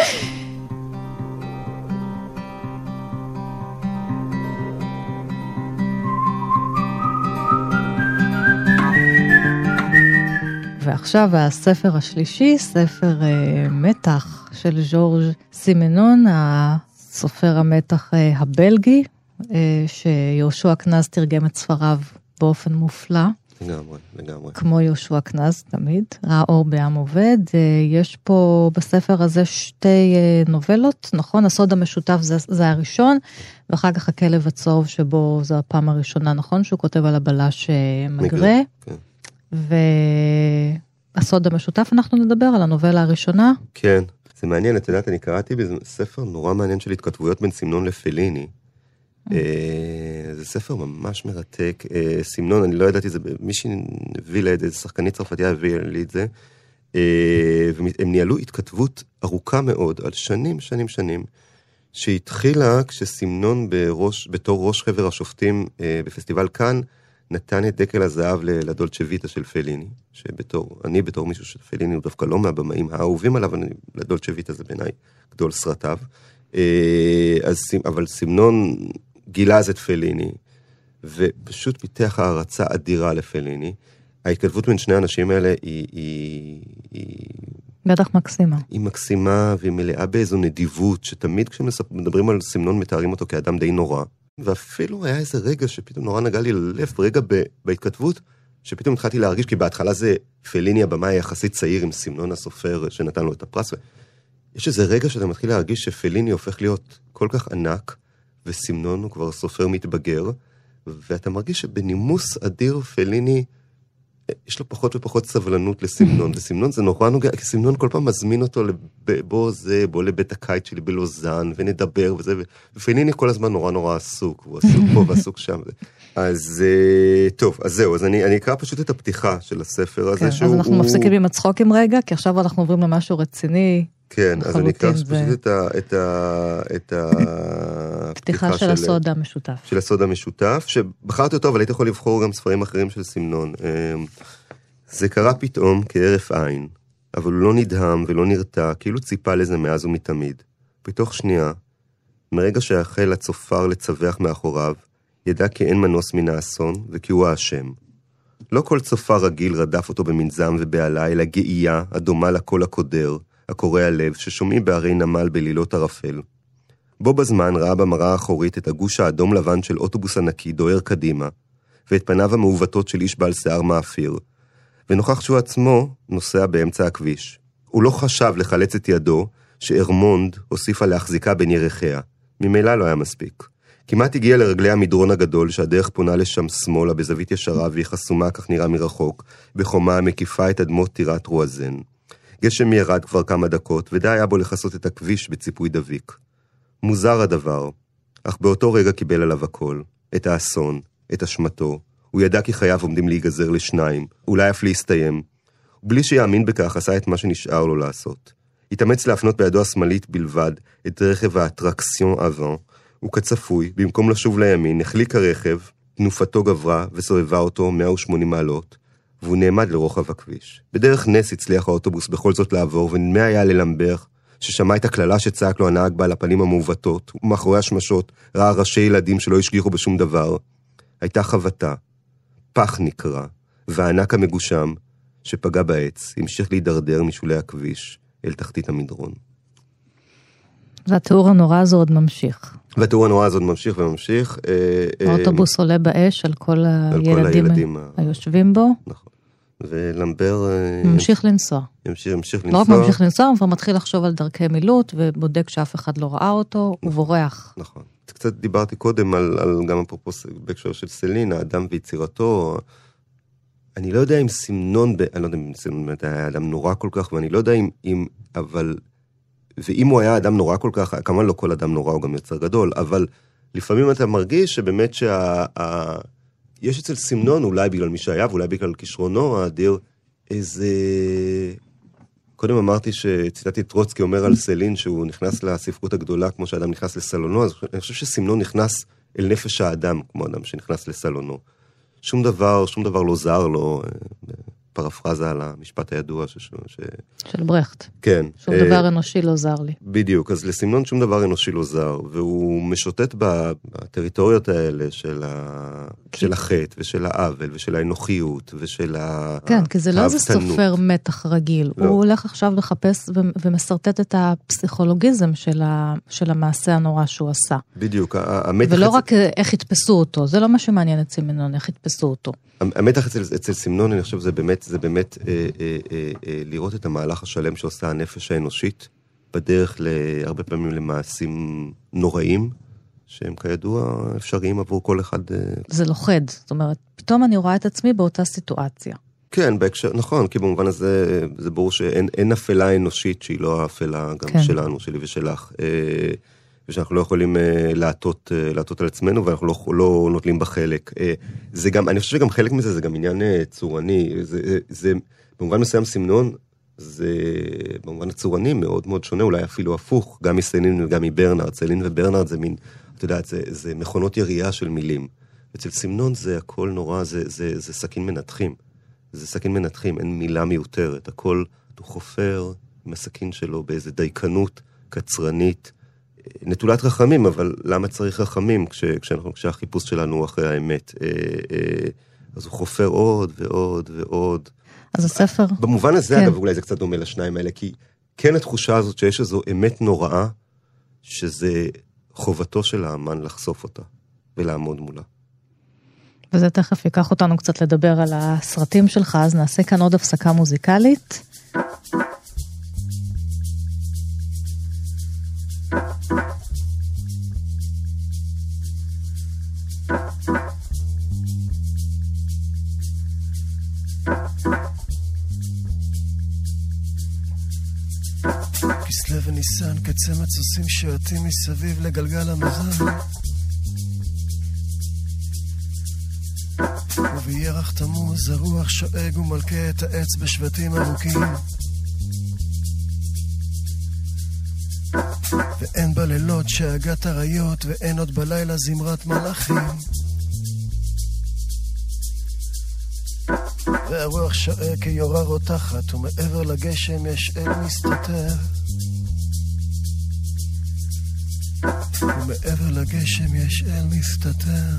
ועכשיו הספר השלישי, ספר מתח של ז'ורג' סימנון, הסופר המתח הבלגי, שיהושע קנז תרגם את ספריו באופן מופלא. לגמרי. כמו יהושע קנז תמיד, ראה אור בעם עובד. יש פה בספר הזה שתי נובלות, נכון? הסוד המשותף זה הראשון, ואחר כך הכלב הצהוב שבו זו הפעם הראשונה, נכון? שהוא כותב על הבלש מגרה. כן. והסוד המשותף אנחנו נדבר על הנובלה הראשונה. כן, זה מעניין, את יודעת, אני קראתי בספר נורא מעניין של התכתבויות בין סימנון לפליני. זה ספר ממש מרתק. סימנון, אני לא ידעתי, מישהי הביא לי את זה, שחקנית צרפתיה הביא לי את זה, והם ניהלו התכתבות ארוכה מאוד, על שנים, שהתחילה כשסימנון בתור ראש חבר השופטים בפסטיבל קאן, נתן את דקל הזהב לדולצ'ה ויטה של פליני, אני בתור מישהו של פליני, הוא דווקא לא מהבמאים האהובים עליו, לדולצ'ה ויטה זה בעיניי גדול סרטיו, אבל סימנון גילה אז את פליני, ופשוט פיתח הערצה אדירה לפליני. ההתכתבות בין שני האנשים האלה היא בטח מקסימה. היא מקסימה והיא מלאה באיזו נדיבות, שתמיד כשמדברים על סימנון מתארים אותו כאדם די נורא. ואפילו היה איזה רגע שפתאום נורא נגע לי ללב, רגע בהתכתבות, שפתאום התחלתי להרגיש, כי בהתחלה זה פליני הבמאי יחסית צעיר עם סימנון הסופר שנתן לו את הפרס, יש איזה רגע שאתה מתחיל להרגיש שפליני הופך להיות כל כך ענק, וסימנון הוא כבר סופר מתבגר, ואתה מרגיש שבנימוס אדיר פליני, יש לו פחות ופחות סבלנות לסימנון, וסימנון זה נורא נוגע, כי סימנון כל פעם מזמין אותו בוא לבית הקיץ שלי בלוזן, ונדבר וזה, ופליני כל הזמן נורא עסוק, הוא עסוק פה ועסוק שם. אז טוב, אז זהו, אז אני אקרא פשוט את הפתיחה של הספר הזה, אז אנחנו מפסיקים עם הצחוקים רגע, כי עכשיו אנחנו עוברים למשהו רציני. כן, אז אני אקרא פשוט את הפתיחה של הסוד המשותף. של הסוד המשותף, שבחרתי אותו, אבל הייתי יכול לבחור גם ספרים אחרים של סימנון. זה קרה פתאום כהרף עין, אבל הוא לא נדהם ולא נרתע, כאילו ציפה לזה מאז ומתמיד. בתוך שנייה, מרגע שהחל הצופר לצווח מאחוריו, ידע כי אין מנוס מן האסון וכי הוא האשם. לא כל צופר רגיל רדף אותו במנזם ובעלה, אלא גאייה הדומה לקול הקודר, הקורע לב, ששומעים בערי נמל בלילות ערפל. בו בזמן ראה במראה האחורית את הגוש האדום לבן של אוטובוס ענקי דוהר קדימה, ואת פניו המעוותות של איש בעל שיער מאפיר, ונוכח שהוא עצמו נוסע באמצע הכביש. הוא לא חשב לחלץ את ידו, שארמונד הוסיפה להחזיקה בין ירחיה. ממילא לא היה מספיק. כמעט הגיע לרגלי המדרון הגדול, שהדרך פונה לשם שמאלה בזווית ישרה, והיא חסומה כך נראה מרחוק, בחומה המקיפה את אדמות טירת רואזן. גשם ירד כבר כמה דקות, ודי היה בו לחסות את הכביש בציפוי דביק. מוזר הדבר, אך באותו רגע קיבל עליו הכל, את האסון, את אשמתו. הוא ידע כי חייו עומדים להיגזר לשניים, אולי אף להסתיים. ובלי שיאמין בכך, עשה את מה שנשאר לו לעשות. התאמץ להפנות בידו השמאלית בלבד את רכב האטרקסיון אבן, וכצפוי, במקום לשוב לימין, החליק הרכב, תנופתו גברה וסובבה אותו 180 מעלות, והוא נעמד לרוחב הכביש. בדרך נס הצליח האוטובוס בכל זאת לעבור, ונדמה היה ללמבר, ששמע את הכללה שצעק לו הנהג בעל הפנים המעוותות, ומאחורי השמשות ראה ראשי ילדים שלא השגיחו בשום דבר. הייתה חבטה, פח נקרא, והענק המגושם, שפגע בעץ, המשיך להידרדר משולי הכביש אל תחתית המדרון. והתיאור הנורא הזה עוד ממשיך. והתיאור הנורא הזה עוד ממשיך וממשיך. האוטובוס עולה באש על כל הילדים היושבים בו. נכון. ולמבר ממשיך לנסוע. ימשיך לנסוע. לא רק ממשיך לנסוע, הוא מתחיל לחשוב על דרכי מילוט, ובודק שאף אחד לא ראה אותו, הוא בורח. נכון. קצת דיברתי קודם על גם אפרופוס בהקשר של סלין, האדם ויצירתו. אני לא יודע אם סמנון, אני לא יודע אם סמנון באמת היה אדם נורא כל כך, ואני לא יודע אם אבל, ואם הוא היה אדם נורא כל כך, כמובן לא כל אדם נורא, הוא גם יוצר גדול, אבל לפעמים אתה מרגיש שבאמת יש אצל סמנון, אולי בגלל מי שהיה, ואולי בגלל כישרונו האדיר, איזה... קודם אמרתי שציטטתי את טרוצקי אומר על סלין, שהוא נכנס לספרות הגדולה, כמו שאדם נכנס לסלונו, אז אני חושב שסמנון נכנס אל נפש האדם, כמו אדם שנכנס לסלונו. שום דבר לא זר לו, פרפרזה על המשפט הידוע של ברכט. כן. שום דבר אנושי לא זר לי. בדיוק, אז לסמנון שום דבר אנושי לא זר, והוא משוטט בטריטוריות האלה של החטא, ושל העוול, ושל האנוכיות, ושל ההבטנות. כן, כי זה לא איזה סופר מתח רגיל, הוא הולך עכשיו לחפש ומסרטט את הפסיכולוגיזם של המעשה הנורא שהוא עשה. בדיוק, ולא רק איך יתפסו אותו, זה לא מה שמעניין את סמנון, איך יתפסו אותו. המתח אצל סמנון, אני חושב, זה באמת לראות את המהלך השלם שעושה הנפש האנושית, בדרך להרבה פעמים למעשים נוראים, שהם כידוע אפשריים עבור כל אחד. זה לוחד, זאת אומרת, פתאום אני רואה את עצמי באותה סיטואציה. כן, בהקשר, נכון, כי במובן הזה, זה ברור שאין אפלה אנושית שהיא לא האפלה גם שלנו, שלי ושלך. ושאנחנו לא יכולים לעטות על עצמנו, ואנחנו לא נוטלים בחלק. זה גם, אני חושב שגם חלק מזה, זה גם עניין צורני. זה במובן מסוים סמנון, זה במובן הצורני מאוד מאוד שונה, אולי אפילו הפוך, גם מסלין וגם מברנרד. סלין וברנרד זה מין, אתה יודע, זה מכונות ירייה של מילים. אצל סמנון זה הכל נורא, זה סכין מנתחים. זה סכין מנתחים, אין מילה מיותרת. הכל, הוא חופר עם הסכין שלו באיזו דייקנות קצרנית, נטולת רחמים, אבל למה צריך רחמים כשהחיפוש שלנו הוא אחרי האמת? אז הוא חופר עוד ועוד ועוד. אז הספר... במובן הזה, אגב, אולי זה קצת דומה לשניים האלה, כי כן התחושה הזאת שיש איזו אמת נוראה, שזה חובתו של האמן לחשוף אותה ולעמוד מולה. וזה תכף ייקח אותנו קצת לדבר על הסרטים שלך, אז נעשה כאן עוד הפסקה מוזיקלית. כסלו וניסן כצמץ עושים שעתים מסביב לגלגל המזל, ובירח תמוז הרוח שואג ומלכה את העץ בשבטים ארוכים, ואין בלילות שאגת הריות, ואין עוד בלילה זמרת מלאכים, והרוח שואג כיורה רותחת, ומעבר לגשם יש אל מסתתר, ומעבר לגשם יש אל מסתתר.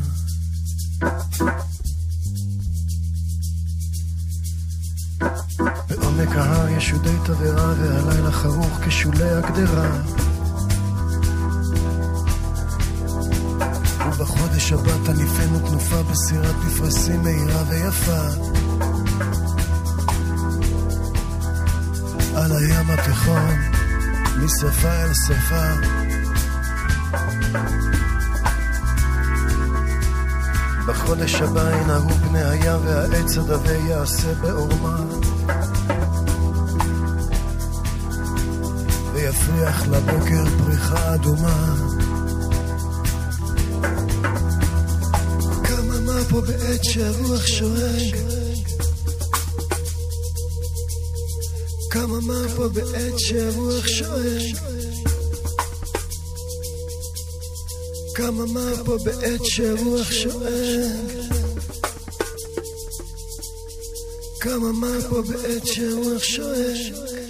בעומק ההר יש שודי תברה, והלילה חרוך כשולי הגדרה, ובחודש הבא תניפנו תנופה בסירת מפרסים מהירה ויפה, על הים התיכון משפה אל שפה, בחודש הבא ינהרו פני הים והעץ הדווה יעשה בעורמה, ויפריח לבוקר פריחה אדומה. כמה מה פה בעת שהרוח שואג, כמה מה פה בעת שהרוח שואג, כמה מה פה בעת שהרוח שואג, כמה מה פה בעת שהרוח שואג.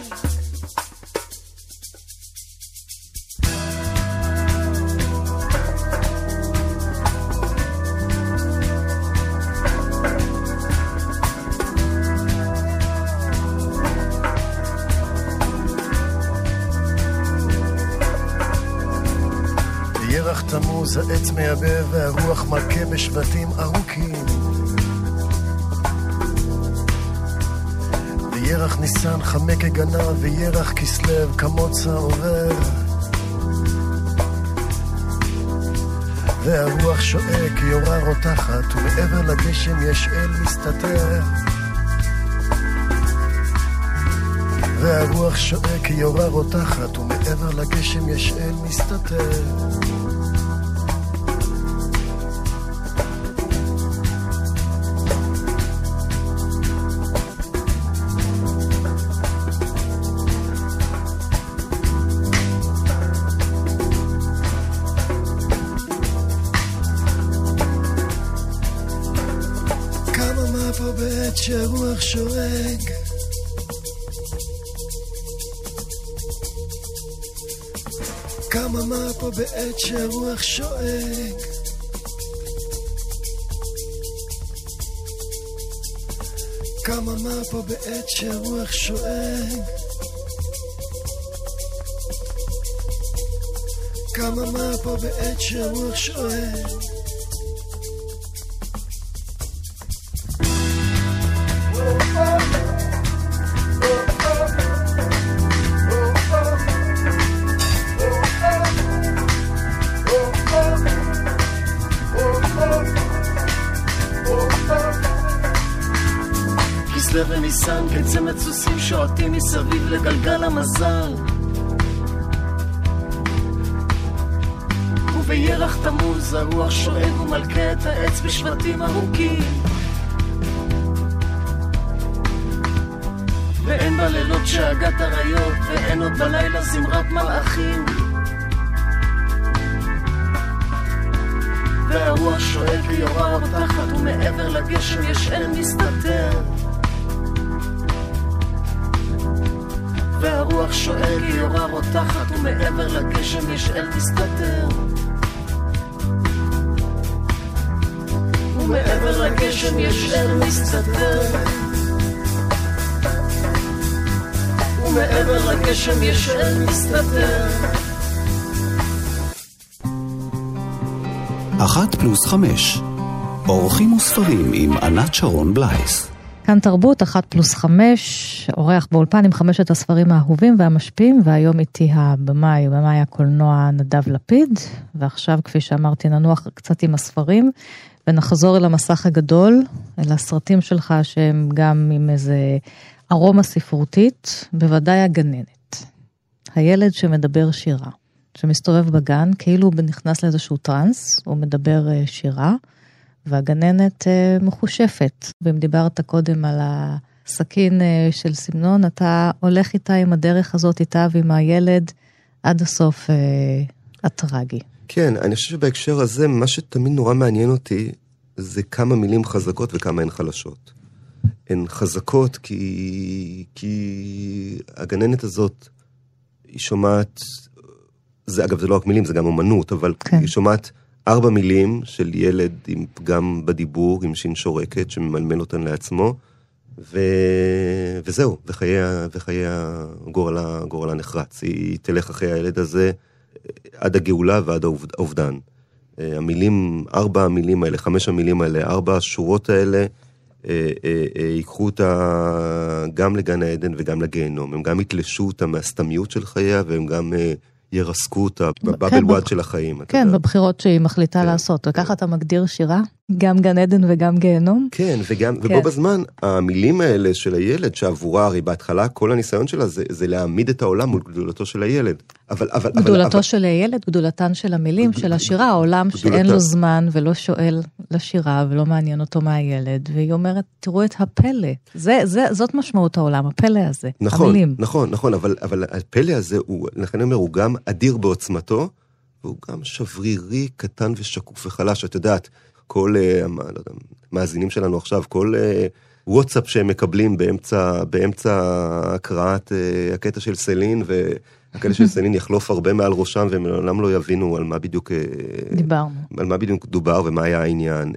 תמוז העץ מייבב והרוח מלכה בשבטים ארוכים, וירח ניסן חמק כגנב, וירח כסלו כמוצא עובר, והרוח שואק יורה רותחת, ומעבר לגשם יש אל מסתתר. והרוח שואק יורה רותחת, ומעבר לגשם יש אל מסתתר. שהרוח שורק כמה מה פה בעת שהרוח שורק כמה מה פה בעת שהרוח שורק כמה מה פה בעת שהרוח שורק וניסן כצמד סוסים שועטים מסביב לגלגל המזל ובירח תמוז הרוח שואג ומלכה את העץ בשבטים ארוכים ואין בלילות שאגת אריות ואין עוד בלילה זמרת מלאכים והרוח שואג ויורה רותחת ומעבר לגשם יש אל מסתתר והרוח שואג יורה רותחת ומעבר לגשם יש אל מסתתר ומעבר לגשם יש אל מסתתר ומעבר לגשם יש אל מסתתר 1+5 אורחים וספרים עם ענת שרון בלייס. כאן תרבות 1+5, אורח באולפן עם 5 הספרים האהובים והמשפיעים, והיום איתי הבמאי הקולנוע נדב לפיד, ועכשיו כפי שאמרתי ננוח קצת עם הספרים, ונחזור אל המסך הגדול, אל הסרטים שלך שהם גם עם איזה ארומה ספרותית, בוודאי הגננת. הילד שמדבר שירה, שמסתובב בגן, כאילו הוא נכנס לאיזשהו טרנס, הוא מדבר שירה, והגננת מחושפת. ואם דיברת קודם על הסכין של סמנון, אתה הולך איתה עם הדרך הזאת, איתה ועם הילד, עד הסוף הטרגי. כן, אני חושב שבהקשר הזה, מה שתמיד נורא מעניין אותי, זה כמה מילים חזקות וכמה הן חלשות. הן חזקות כי הגננת הזאת, היא שומעת, אגב זה לא רק מילים, זה גם אומנות, אבל כן. היא שומעת 4 מילים של ילד עם פגם בדיבור, עם שין שורקת, שממלמל אותן לעצמו, וזהו, וחיי גורלה נחרץ. היא תלך אחרי הילד הזה עד הגאולה ועד האובדן. המילים, 4 המילים האלה, 5 המילים האלה, 4 השורות האלה, ייקחו אותה גם לגן העדן וגם לגיהנום. הם גם יתלשו אותה מהסתמיות של חייה, והם גם ירסקו אותה בבבל וואד של החיים. כן, בבחירות שהיא מחליטה לעשות. וככה אתה מגדיר שירה? גם גן עדן וגם גיהנום? כן, ובו בזמן, המילים האלה של הילד, שעבורה, הרי בהתחלה, כל הניסיון שלה זה להעמיד את העולם מול גדולתו של הילד. גדולתו של הילד, גדולתן של המילים, של השירה, העולם שאין לו זמן ולא שואל לשירה ולא מעניין אותו מהילד, והיא אומרת, תראו את הפלא. זאת משמעות העולם, הפלא הזה, המילים. נכון, אבל הפלא הזה, לכן אני אומר, הוא גם אדיר בעוצמתו, והוא גם שברירי, קטן ושקוף וחלש, את יודעת, כל מאזינים שלנו עכשיו, כל וואטסאפ שהם מקבלים באמצע הקראת הקטע של סלין, והקטע של סלין יחלוף הרבה מעל ראשם, והם לעולם לא יבינו על מה בדיוק דובר ומה היה העניין.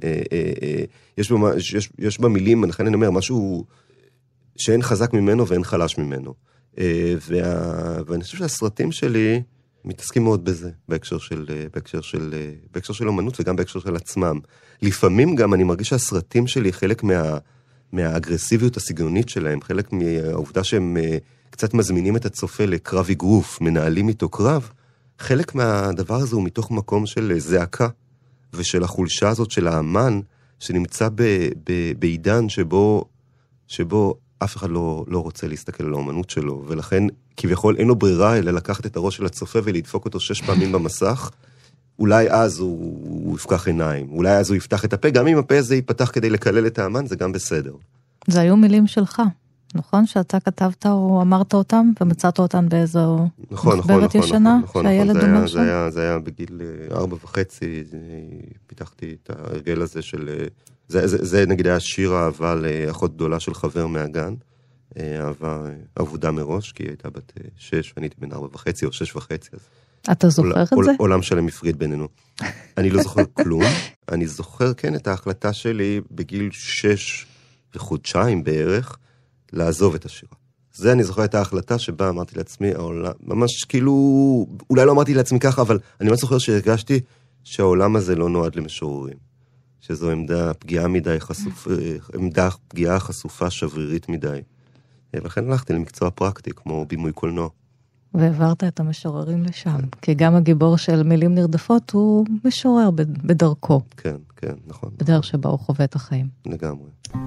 יש במילים, לכן אני אומר, משהו שאין חזק ממנו ואין חלש ממנו. ואני חושב שהסרטים שלי מתעסקים מאוד בזה, בהקשר של אומנות וגם בהקשר של עצמם. לפעמים גם אני מרגיש שהסרטים שלי חלק מהאגרסיביות הסגנונית שלהם, חלק מהעובדה שהם קצת מזמינים את הצופה לקרב אגרוף, מנהלים איתו קרב, חלק מהדבר הזה הוא מתוך מקום של זעקה, ושל החולשה הזאת של האמן, שנמצא בעידן שבו אף אחד לא רוצה להסתכל על האמנות שלו, ולכן כביכול אין לו ברירה אלא לקחת את הראש של הצופה ולדפוק אותו 6 פעמים במסך, אולי אז הוא יפקח עיניים, אולי אז הוא יפתח את הפה, גם אם הפה הזה ייפתח כדי לקלל את האמן, זה גם בסדר. זה היו מילים שלך, נכון? שאתה כתבת או אמרת אותם, ומצאת אותם באיזו מחברת ישנה, שהילד אומר שם? זה היה בגיל 4.5, פיתחתי את ההרגל הזה של... זה נגיד היה שיר אהבה לאחות גדולה של חבר מהגן, אהבה עבודה מראש, כי היא הייתה בת 6, ואני הייתי בן 4.5 או 6.5, אז... אתה זוכר את זה? עולם שלם מפריד בינינו. אני לא זוכר כלום, אני זוכר כן את ההחלטה שלי בגיל 6 וחודשיים בערך, לעזוב את השירה. זה אני זוכר את ההחלטה שבה אמרתי לעצמי, ממש כאילו, אולי לא אמרתי לעצמי ככה, אבל אני ממש זוכר שהרגשתי שהעולם הזה לא נועד למשוררים. שזו עמדה פגיעה מדי, עמדה פגיעה חשופה שברירית מדי. ולכן הלכתי למקצוע פרקטי, כמו בימוי קולנוע. והעברת את המשוררים לשם, כי גם הגיבור של מילים נרדפות הוא משורר בדרכו. כן, כן, נכון. בדרך שבה הוא חווה את החיים. לגמרי.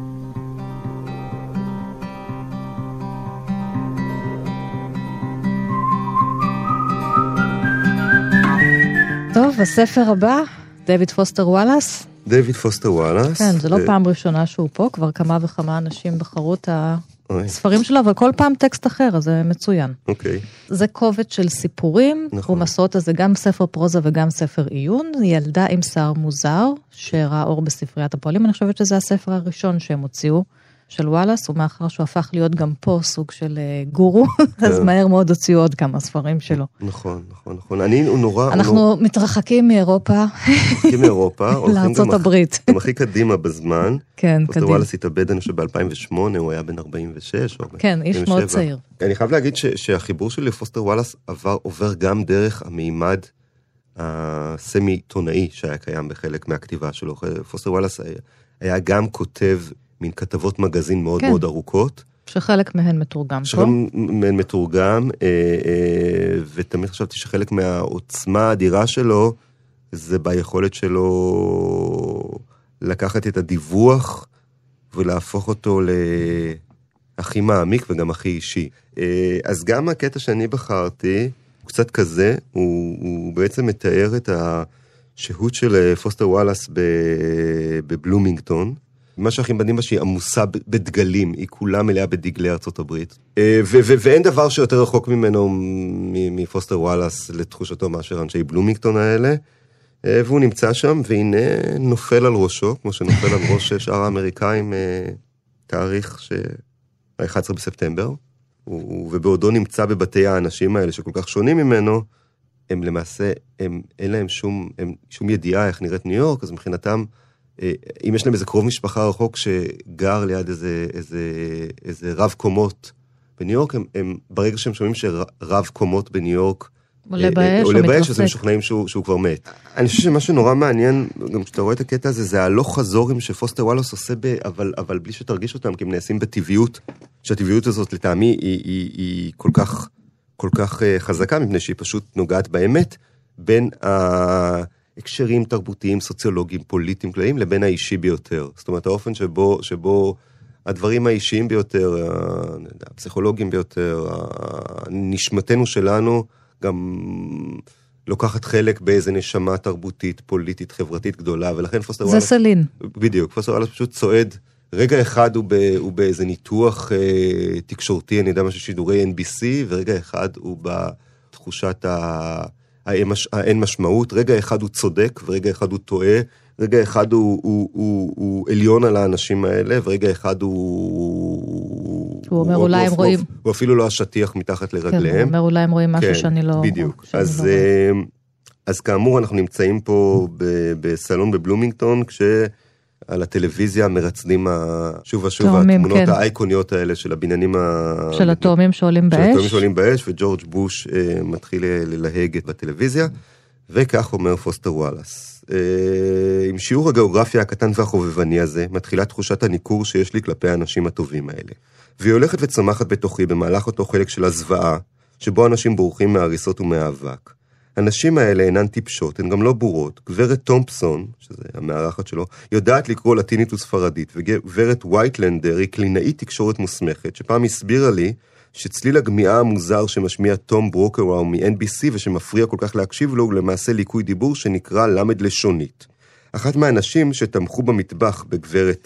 טוב, הספר הבא, דויד פוסטר וואלאס. דויד פוסטר וואלאס. כן, זה לא פעם ראשונה שהוא פה, כבר כמה וכמה אנשים בחרו את הספרים שלו, אבל כל פעם טקסט אחר, אז זה מצוין. אוקיי. זה קובץ של סיפורים, הוא מסעות, אז זה גם ספר פרוזה וגם ספר עיון, ילדה עם שיער מוזר, שראה אור בספריית הפועלים, אני חושבת שזה הספר הראשון שהם הוציאו, של וואלאס, ומאחר שהוא הפך להיות גם פה סוג של גורו, אז מהר מאוד הוציאו עוד כמה ספרים שלו. נכון, נכון, נכון. הוא נורא... אנחנו מתרחקים מאירופה. לארצות הברית. הם הכי קדימה בזמן. כן, קדימה. פוסטר וואלאס התאבד, אני חושב, ב-2008, הוא היה בן 46. כן, איש מאוד צעיר. אני חייב להגיד שהחיבור שלי לפוסטר וואלאס עובר גם דרך המימד הסמי-עיתונאי שהיה קיים בחלק מהכתיבה שלו. פוסטר וואלאס היה גם כותב מין כתבות מגזין מאוד מאוד ארוכות. שחלק מהן מתורגם. שחלק מהן מתורגם, ותמיד חשבתי שחלק מהעוצמה האדירה שלו, זה ביכולת שלו לקחת את הדיווח, ולהפוך אותו להכי מעמיק וגם הכי אישי. אז גם הקטע שאני בחרתי, הוא קצת כזה, הוא בעצם מתאר את השהות של פוסטר וואלאס בבלומינגטון, מה שהכי מדהים בה שהיא עמוסה בדגלים, היא כולה מלאה בדגלי ארצות הברית. ואין דבר שיותר רחוק ממנו מפוסטר וואלאס לתחושתו מאשר אנשי בלומינגטון האלה. והוא נמצא שם, והנה נופל על ראשו, כמו שנופל על ראש שאר האמריקאים, תאריך ה-11 בספטמבר. ובעודו נמצא בבתי האנשים האלה שכל כך שונים ממנו, הם למעשה, אין להם שום ידיעה איך נראית ניו יורק, אז מבחינתם, אם יש להם איזה קרוב משפחה רחוק שגר ליד איזה רב קומות בניו יורק, הם ברגע שהם שומעים שרב קומות בניו יורק עולה באש, אז הם משוכנעים שהוא כבר מת. אני חושב שמה שנורא מעניין, גם כשאתה רואה את הקטע הזה, זה הלא חזורים שפוסטר וואלאס עושה, אבל בלי שתרגיש אותם, כי הם נעשים בטבעיות, שהטבעיות הזאת לטעמי היא כל כך חזקה, מפני שהיא פשוט נוגעת באמת, בין הקשרים תרבותיים, סוציולוגיים, פוליטיים, כלליים, לבין האישי ביותר. זאת אומרת, האופן שבו הדברים האישיים ביותר, הפסיכולוגיים ביותר, נשמתנו שלנו, גם לוקחת חלק באיזה נשמה תרבותית, פוליטית, חברתית גדולה, ולכן פוסטר וואלאס... זה סלין. בדיוק, פוסטר וואלאס פשוט צועד, רגע אחד הוא באיזה ניתוח תקשורתי, אני יודע מה ששידורי NBC, ורגע אחד הוא בתחושת האין משמעות, רגע אחד הוא צודק, ורגע אחד הוא טועה, רגע אחד הוא עליון על האנשים האלה, ורגע אחד הוא אומר אולי הם רואים... הוא אפילו לא השטיח מתחת לרגליהם. כן, הוא אומר אולי הם רואים משהו שאני לא... בדיוק. אז כאמור אנחנו נמצאים פה בסלון בבלומינגטון, כשעל הטלוויזיה מרצדים שוב ושוב התמונות האייקוניות האלה של הבניינים של התאומים שעולים באש. של התאומים שעולים באש, וג'ורג' בוש מתחיל ללהג בטלוויזיה, וכך אומר פוסטר וואלאס. עם שיעור הגיאוגרפיה הקטן והחובבני הזה, מתחילה תחושת הניכור שיש לי כלפי האנשים הטובים האלה. והיא הולכת וצומחת בתוכי במהלך אותו חלק של הזוועה, שבו אנשים בורחים מהריסות ומהאבק. הנשים האלה אינן טיפשות, הן גם לא בורות. גברת תומפסון, שזה המארחת שלו, יודעת לקרוא לטינית וספרדית, וגברת וייטלנדר היא קלינאית תקשורת מוסמכת, שפעם הסבירה לי שצליל הגמיעה המוזר שמשמיע תום ברוקראו מ-NBC ושמפריע כל כך להקשיב לו, הוא למעשה ליקוי דיבור שנקרא למד לשונית. אחת מהאנשים שתמכו במטבח בגברת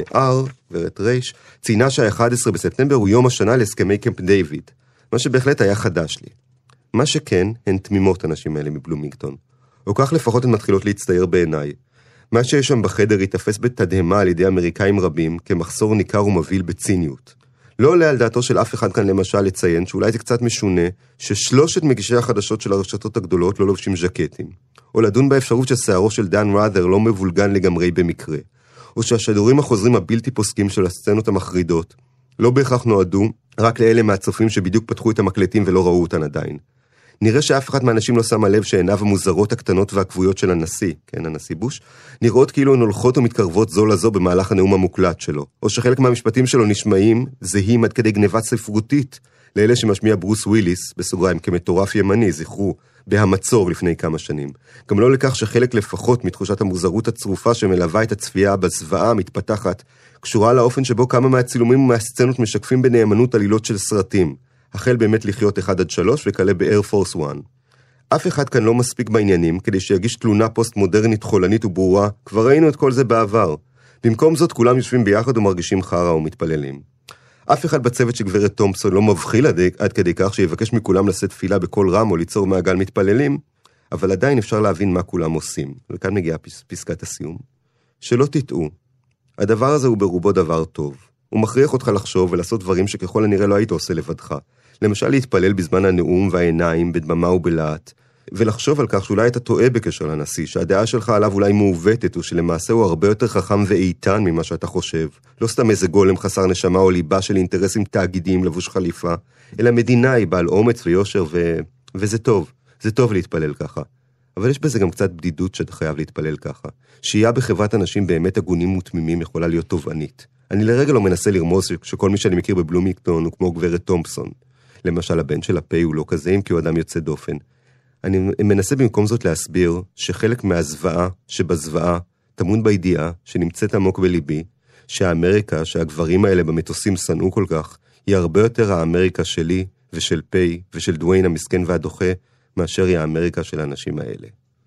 גברת רייש, ציינה שה-11 בספטמבר הוא יום השנה להסכמי קמפ דיוויד, מה שבהחלט היה חדש לי. מה שכן, הן תמימות הנשים האלה מבלומינגטון. או כך לפחות הן מתחילות להצטייר בעיניי. מה שיש שם בחדר יתפס בתדהמה על ידי אמריקאים רבים, כמחסור ניכר ומביל בציניות. לא עולה על דעתו של אף אחד כאן למשל לציין, שאולי זה קצת משונה, ששלושת מגישי החדשות של הרשתות הגדולות לא לובשים ז'קטים. או לדון באפשרות ששערו של דן ראדר לא מבולגן לגמרי במקרה. או שהשידורים החוזרים הבלתי פוסקים של הסצנות המחרידות, לא בהכרח נועדו רק לאלה מהצופים שבדיוק פתחו את המקלטים ולא ראו אותן עדיין. נראה שאף אחד מהאנשים לא שמה לב שעיניו המוזרות הקטנות והקבויות של הנשיא, כן, הנשיא בוש, נראות כאילו הן הולכות ומתקרבות זו לזו במהלך הנאום המוקלט שלו, או שחלק מהמשפטים שלו נשמעים זהים עד כדי גניבה ספרותית לאלה שמשמיע ברוס וויליס, בסוגריים, כמטורף ימני, זכרו, בהמצור לפני כמה שנים. גם לא לכך שחלק לפחות מתחושת המוזרות הצרופה שמלווה את הצפייה בזוועה המתפתחת, קשורה לאופן שבו כמה מהצילומים ומהסצנות משקפים בנאמנות עלילות של סרטים. החל באמת לחיות 1-3 וכלה באייר פורס 1. אף אחד כאן לא מספיק בעניינים כדי שיגיש תלונה פוסט-מודרנית חולנית וברורה, כבר ראינו את כל זה בעבר. במקום זאת כולם יושבים ביחד ומרגישים חרה ומתפללים. אף אחד בצוות שגברת תומפסון לא מבחיל עד כדי כך שיבקש מכולם לשאת תפילה בכל רם או ליצור מעגל מתפללים, אבל עדיין אפשר להבין מה כולם עושים. וכאן מגיעה פסקת הסיום. שלא תטעו, הדבר הזה הוא ברובו דבר טוב. הוא מכריח אותך לחשוב ולעשות דברים שככל הנראה לא היית עושה לבדך. למשל להתפלל בזמן הנאום והעיניים, בדממה ובלהט, ולחשוב על כך שאולי אתה טועה בקשר לנשיא, שהדעה שלך עליו אולי מעוותת, ושלמעשה הוא הרבה יותר חכם ואיתן ממה שאתה חושב. לא סתם איזה גולם חסר נשמה או ליבה של אינטרסים תאגידיים לבוש חליפה, אלא מדינה היא בעל אומץ ויושר, וזה טוב. זה טוב להתפלל ככה. אבל יש בזה גם קצת בדידות שאתה חייב להתפלל ככה. שהייה בחברת אנשים באמת הגונים ותמימים יכולה להיות תובענית. אני לרגע לא מנסה לרמוז שכל מי שאני מכיר בבלומינגטון הוא כמו גברת תומפסון. למשל, הבן של הפה הוא לא כזה, אם כי הוא אדם יוצא דופן. אני מנסה במקום זאת להסביר שחלק מהזוועה שבזוועה טמון בידיעה שנמצאת עמוק בליבי, שהאמריקה, שהגברים האלה במטוסים שנאו כל כך, היא הרבה יותר האמריקה שלי ושל פה ושל דוויין המסכן והדוחה, מאשר היא האמריקה של האנשים האלה.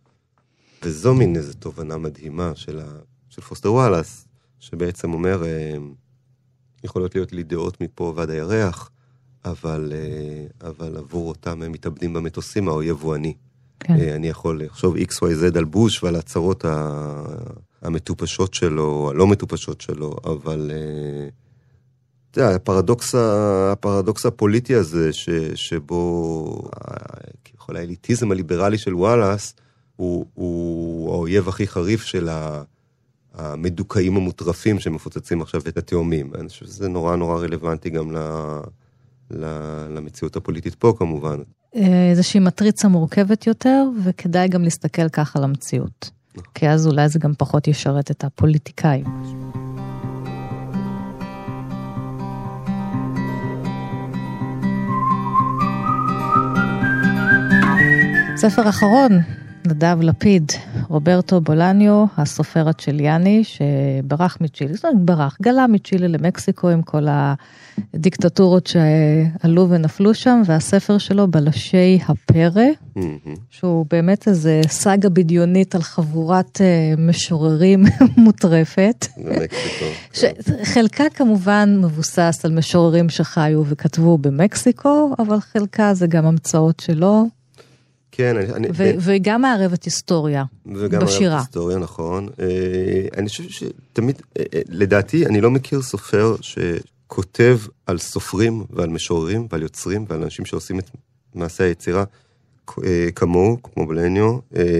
וזו מין איזו תובנה מדהימה של פוסטר וואלאס, שבעצם אומר, יכולות להיות לי דעות מפה ועד הירח, אבל עבור אותם הם מתאבדים במטוסים, האויב הוא אני. כן. אני יכול לחשוב XYZ על בוש ועל הצרות המטופשות שלו, הלא מטופשות שלו, אבל הפרדוקס הפוליטי הזה, שבו יכול האליטיזם הליברלי של וואלאס, הוא האויב הכי חריף של המדוכאים המוטרפים שמפוצצים עכשיו את התאומים. אני חושב שזה נורא נורא רלוונטי גם למציאות הפוליטית פה כמובן. איזושהי מטריצה מורכבת יותר, וכדאי גם להסתכל ככה על המציאות. כי אז אולי זה גם פחות ישרת את הפוליטיקאים. ספר אחרון, נדב לפיד, רוברטו בולניו, הסופר הצ'יליאני, שברח מצ'ילה, גלה מצ'ילה למקסיקו עם כל הדיקטטורות שעלו ונפלו שם, והספר שלו בלשי הפרא, שהוא באמת איזה סאגה בדיונית על חבורת משוררים מוטרפת. חלקה כמובן מבוסס על משוררים שחיו וכתבו במקסיקו, אבל חלקה זה גם המצאות שלו. כן, וגם מערבת היסטוריה בשירה. וגם מערבת היסטוריה, נכון. אני חושב שתמיד, לדעתי, אני לא מכיר סופר שכותב על סופרים ועל משוררים ועל יוצרים ועל אנשים שעושים את מעשה היצירה כמו בולניו.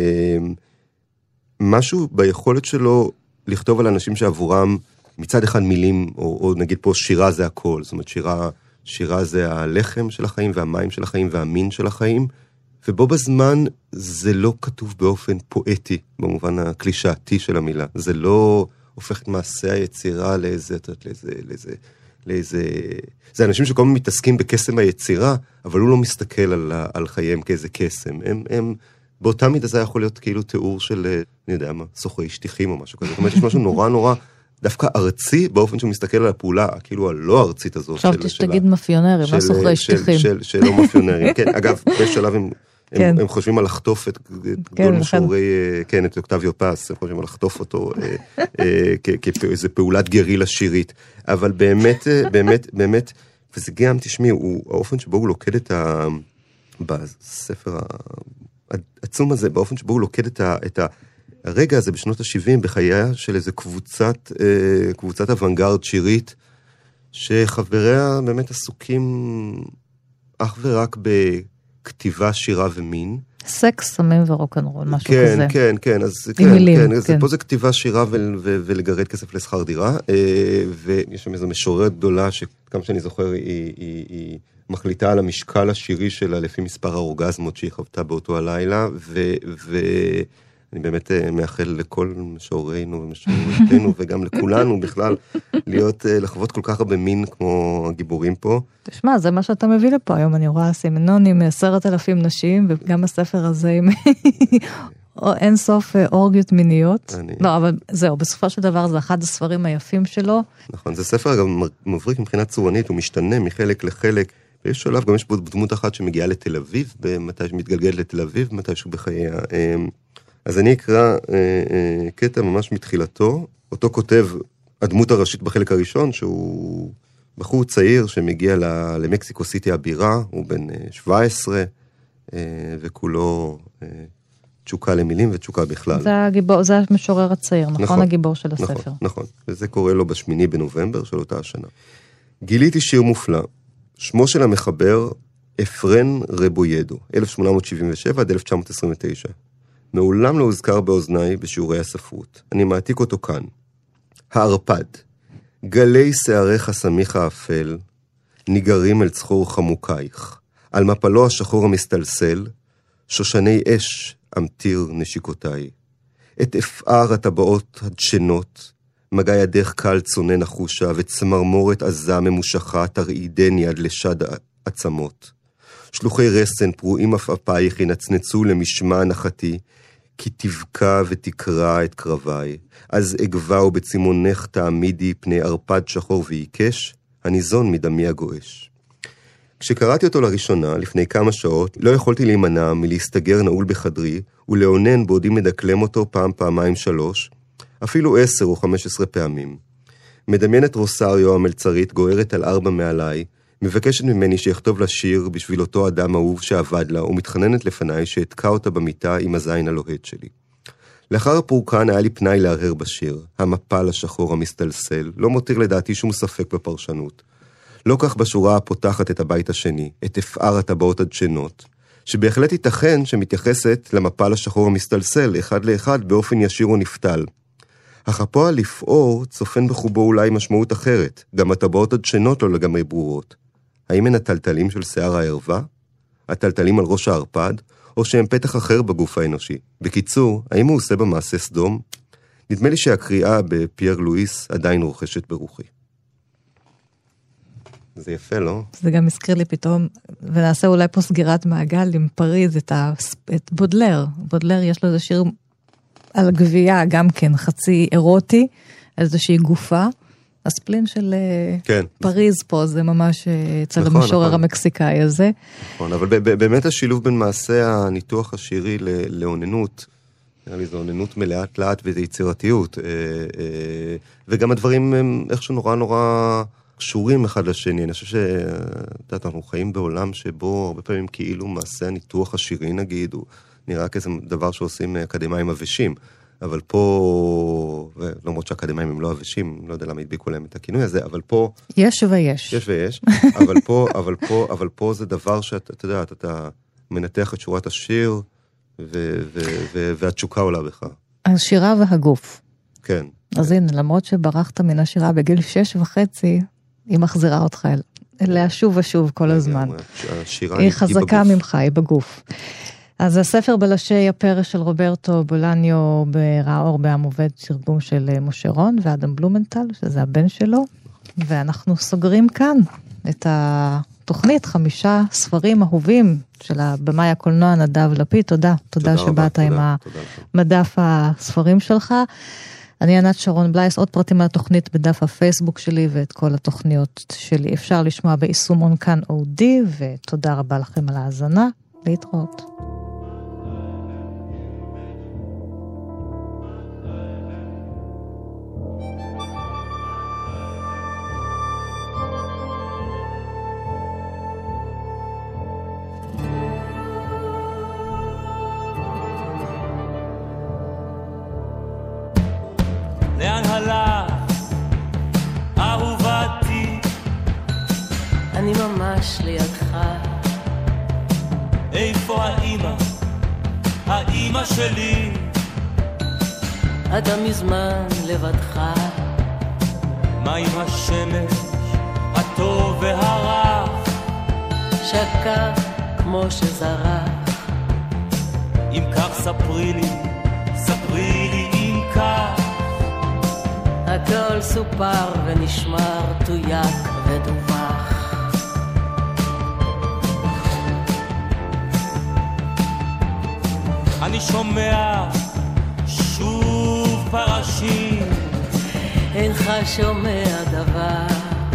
משהו ביכולת שלו לכתוב על אנשים שעבורם מצד אחד מילים, או נגיד פה שירה זה הכל. זאת אומרת, שירה זה הלחם של החיים והמים של החיים והמין של החיים. ובו בזמן זה לא כתוב באופן פואטי, במובן הקלישאתי של המילה. זה לא הופך את מעשה היצירה לאיזה לאיזה... זה אנשים שכל הזמן מתעסקים בקסם היצירה, אבל הוא לא מסתכל על חייהם כאיזה קסם. הם באותה מידה זה יכול להיות כאילו תיאור של, אני יודע מה, סוחרי שטיחים או משהו כזה. זאת אומרת, יש משהו נורא נורא, דווקא ארצי, באופן שהוא מסתקל על הפעולה, כאילו הלא ארצית הזאת. עכשיו תשתגיד מאפיונרים, לא סוחרי שטיחים. שלא מאפיונרים, כן. אגב, בשלב הם חושבים על לחטוף את גדול משוררי, כן, את אוקטביו פס, הם חושבים על לחטוף אותו כאיזו פעולת גרילה שירית. אבל באמת, וזה גם, תשמעי, האופן שבו הוא לוקד בספר העצום הזה, באופן שבו הוא לוקד את הרגע הזה בשנות ה-70 בחייה של איזו קבוצת אוונגרד שירית, שחבריה באמת עסוקים אך ורק בכתיבה, שירה ומין. סקס, סמים ורוקנרול, משהו כזה. כן, אז פה זה כתיבה, שירה ולגרד כסף לשכר דירה, ויש שם איזו משוררת גדולה, שכמה שאני זוכר, היא מחליטה על המשקל השירי שלה, לפי מספר האורגזמות שהיא חוותה באותו הלילה, אני באמת מאחל לכל משוררינו ומשוררתנו, וגם לכולנו בכלל, לחוות כל כך הרבה מין כמו הגיבורים פה. תשמע, זה מה שאתה מביא לפה היום, אני רואה סימנונים, 10,000 נשים, וגם הספר הזה עם אין סוף אורגיות מיניות. לא, אבל זהו, בסופו של דבר זה אחד הספרים היפים שלו. נכון, זה ספר גם מבריק מבחינה צורנית, הוא משתנה מחלק לחלק, ויש שלב, גם יש בו דמות אחת שמגיעה לתל אביב, מתי שמתגלגל לתל אביב, מתישהו בחייה. אז אני אקרא קטע ממש מתחילתו, אותו כותב הדמות הראשית בחלק הראשון, שהוא בחור צעיר שמגיע למקסיקו סיטי הבירה, הוא בן 17, וכולו תשוקה למילים ותשוקה בכלל. זה המשורר הצעיר, נכון? הגיבור של הספר. נכון, וזה קורה לו ב8 בנובמבר של אותה השנה. גיליתי שיר מופלא, שמו של המחבר אפרן רבוידו, 1877 עד 1929. מעולם לא הוזכר באוזניי בשיעורי הספרות. אני מעתיק אותו כאן. הערפד. גלי שעריך סמיך האפל, ניגרים אל צחור חמוקייך. על מפלו השחור המסתלסל, שושני אש אמתיר נשיקותיי. את אפער הטבעות הדשנות, מגע ידך קל צונן החושה, וצמרמורת עזה ממושכה תרעידני עד לשד עצמות. שלוחי רסן פרועים אפאפייך ינצנצו למשמע נחתי, כי תבקע ותקרא את קרביי. אז אגבה ובצימונך תעמידי פני ערפד שחור ועיקש, הניזון מדמי הגואש. כשקראתי אותו לראשונה, לפני כמה שעות, לא יכולתי להימנע מלהסתגר נעול בחדרי, ולעונן בעודי מדקלם אותו פעמיים 3, אפילו 10 או 15 פעמים. מדמיינת רוסריו המלצרית גוערת על 4 מעליי, מבקשת ממני שיכתוב לה שיר בשביל אותו אדם אהוב שעבד לה, ומתחננת לפניי שאתקע אותה במיטה עם הזין הלוהט שלי. לאחר הפורקן היה לי פנאי להרהר בשיר, המפל השחור המסתלסל, לא מותיר לדעתי שום ספק בפרשנות. לא כך בשורה הפותחת את הבית השני, את אפער הטבעות הדשנות, שבהחלט ייתכן שמתייחסת למפל השחור המסתלסל, אחד לאחד באופן ישיר או נפתל. אך הפועל לפעור צופן בחובו אולי משמעות אחרת, גם הטבעות הדשנות לא לגמרי ברורות. האם הן הטלטלים של שיער הערווה? הטלטלים על ראש הערפד? או שהם פתח אחר בגוף האנושי? בקיצור, האם הוא עושה במעשה סדום? נדמה לי שהקריאה בפייר לואיס עדיין רוכשת ברוחי. זה יפה, לא? זה גם הזכיר לי פתאום, ונעשה אולי פה סגירת מעגל עם פריז, את בודלר. בודלר יש לו איזה שיר על גבייה, גם כן, חצי אירוטי, איזושהי גופה. הספלין של פריז פה, זה ממש אצל המשורר המקסיקאי הזה. נכון, אבל באמת השילוב בין מעשה הניתוח השירי לעוננות, נראה לי זו עוננות מלאת לאט ויצירתיות, וגם הדברים הם איכשהו נורא נורא קשורים אחד לשני. אני חושב שאנחנו חיים בעולם שבו הרבה פעמים כאילו מעשה הניתוח השירי נגיד, הוא נראה כאיזה דבר שעושים אקדמיים אבשים. אבל פה, למרות שהאקדמיים הם לא אבשים, לא יודע למה הדביקו להם את הכינוי הזה, אבל פה... יש ויש. יש ויש, אבל פה זה דבר שאתה יודע, אתה מנתח את שורת השיר, והתשוקה עולה בך. השירה והגוף. כן. אז הנה, למרות שברחת מן השירה בגיל 6.5, היא מחזירה אותך אליה שוב ושוב כל הזמן. היא חזקה ממך, היא בגוף. אז הספר בלשי הפרש של רוברטו בולניו בראה אור בעם עובד, תרגום של משה רון ואדם בלומנטל, שזה הבן שלו. ואנחנו סוגרים כאן את התוכנית 5 ספרים אהובים של הבמאי הקולנוע נדב לפיד. תודה שבאת עם מדף הספרים שלך. אני ענת שרון בלייס, עוד פרטים על התוכנית בדף הפייסבוק שלי ואת כל התוכניות שלי. אפשר לשמוע ביישומון כאן אודי, ותודה רבה לכם על ההאזנה. להתראות. לאן הלך, אהובתי? אני ממש לידך. איפה האמא? האמא שלי? אתה מזמן לבדך. מה עם השמש, הטוב והרע? שקע כמו שזרח. אם כך ספרי לי אם כך. הכל סופר ונשמר, תויק ודווח. אני שומע שוב פרשים, אינך שומע דבר,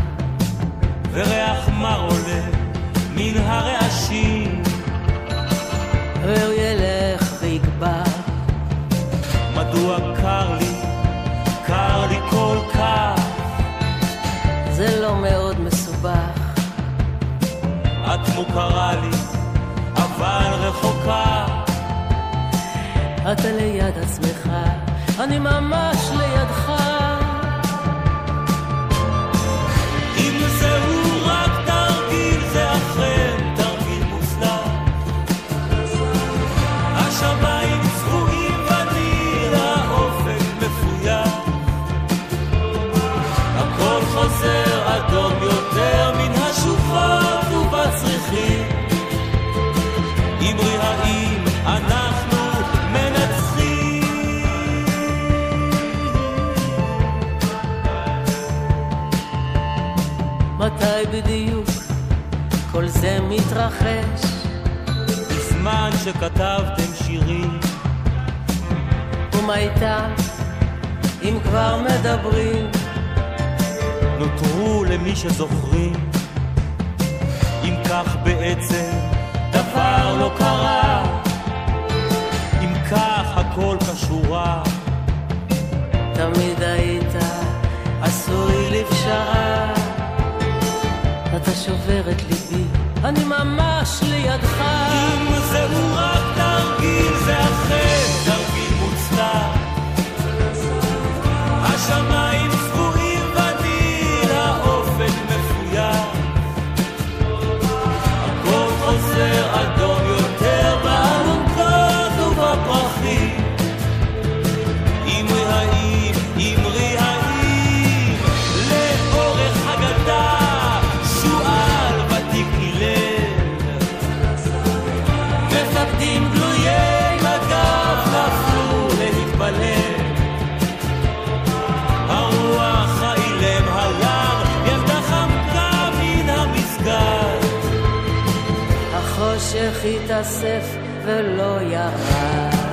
וריח מר עולה מן הרעשים, והוא ילך ויגבר. מדוע קר לי כל כך? זה לא מאוד מסובך. את מוכרה לי אבל רחוקה. אתה ליד עצמך, אני ממש לידך. אם זהו רק תרגיל, זה אחר תרגיל מוצלח. השמיים צבועים ואני האופן מפויח. הכל חוזר אדום יותר מן השוחות ובצריכים. אמרי האם אנחנו מנצחים? מתי בדיוק כל זה מתרחש? בזמן שכתבתם שירים. ומה איתה אם כבר מדברים? נותרו למי שזוכרים. אם כך בעצם דבר לא קרה, אם כך הכל קשורה. תמיד היית עשוי לפשרה. אתה שובר את ליבי, אני ממש לידך. אם זהו רק תרגיל, זה אחר תרגיל מוצלח. השמיים צבועים ואני האופן מפויח. הכל חוזר אדום יותר באלונקות ובפרחים. אמרי האם לאורך הגדה שואל ותיק הלל. מפקדים גלויי מג"ב נפלו להתפלל. הרוח האילם הלם, ילדה חמקה מן המסגד. החושך התאסף ולא ירד.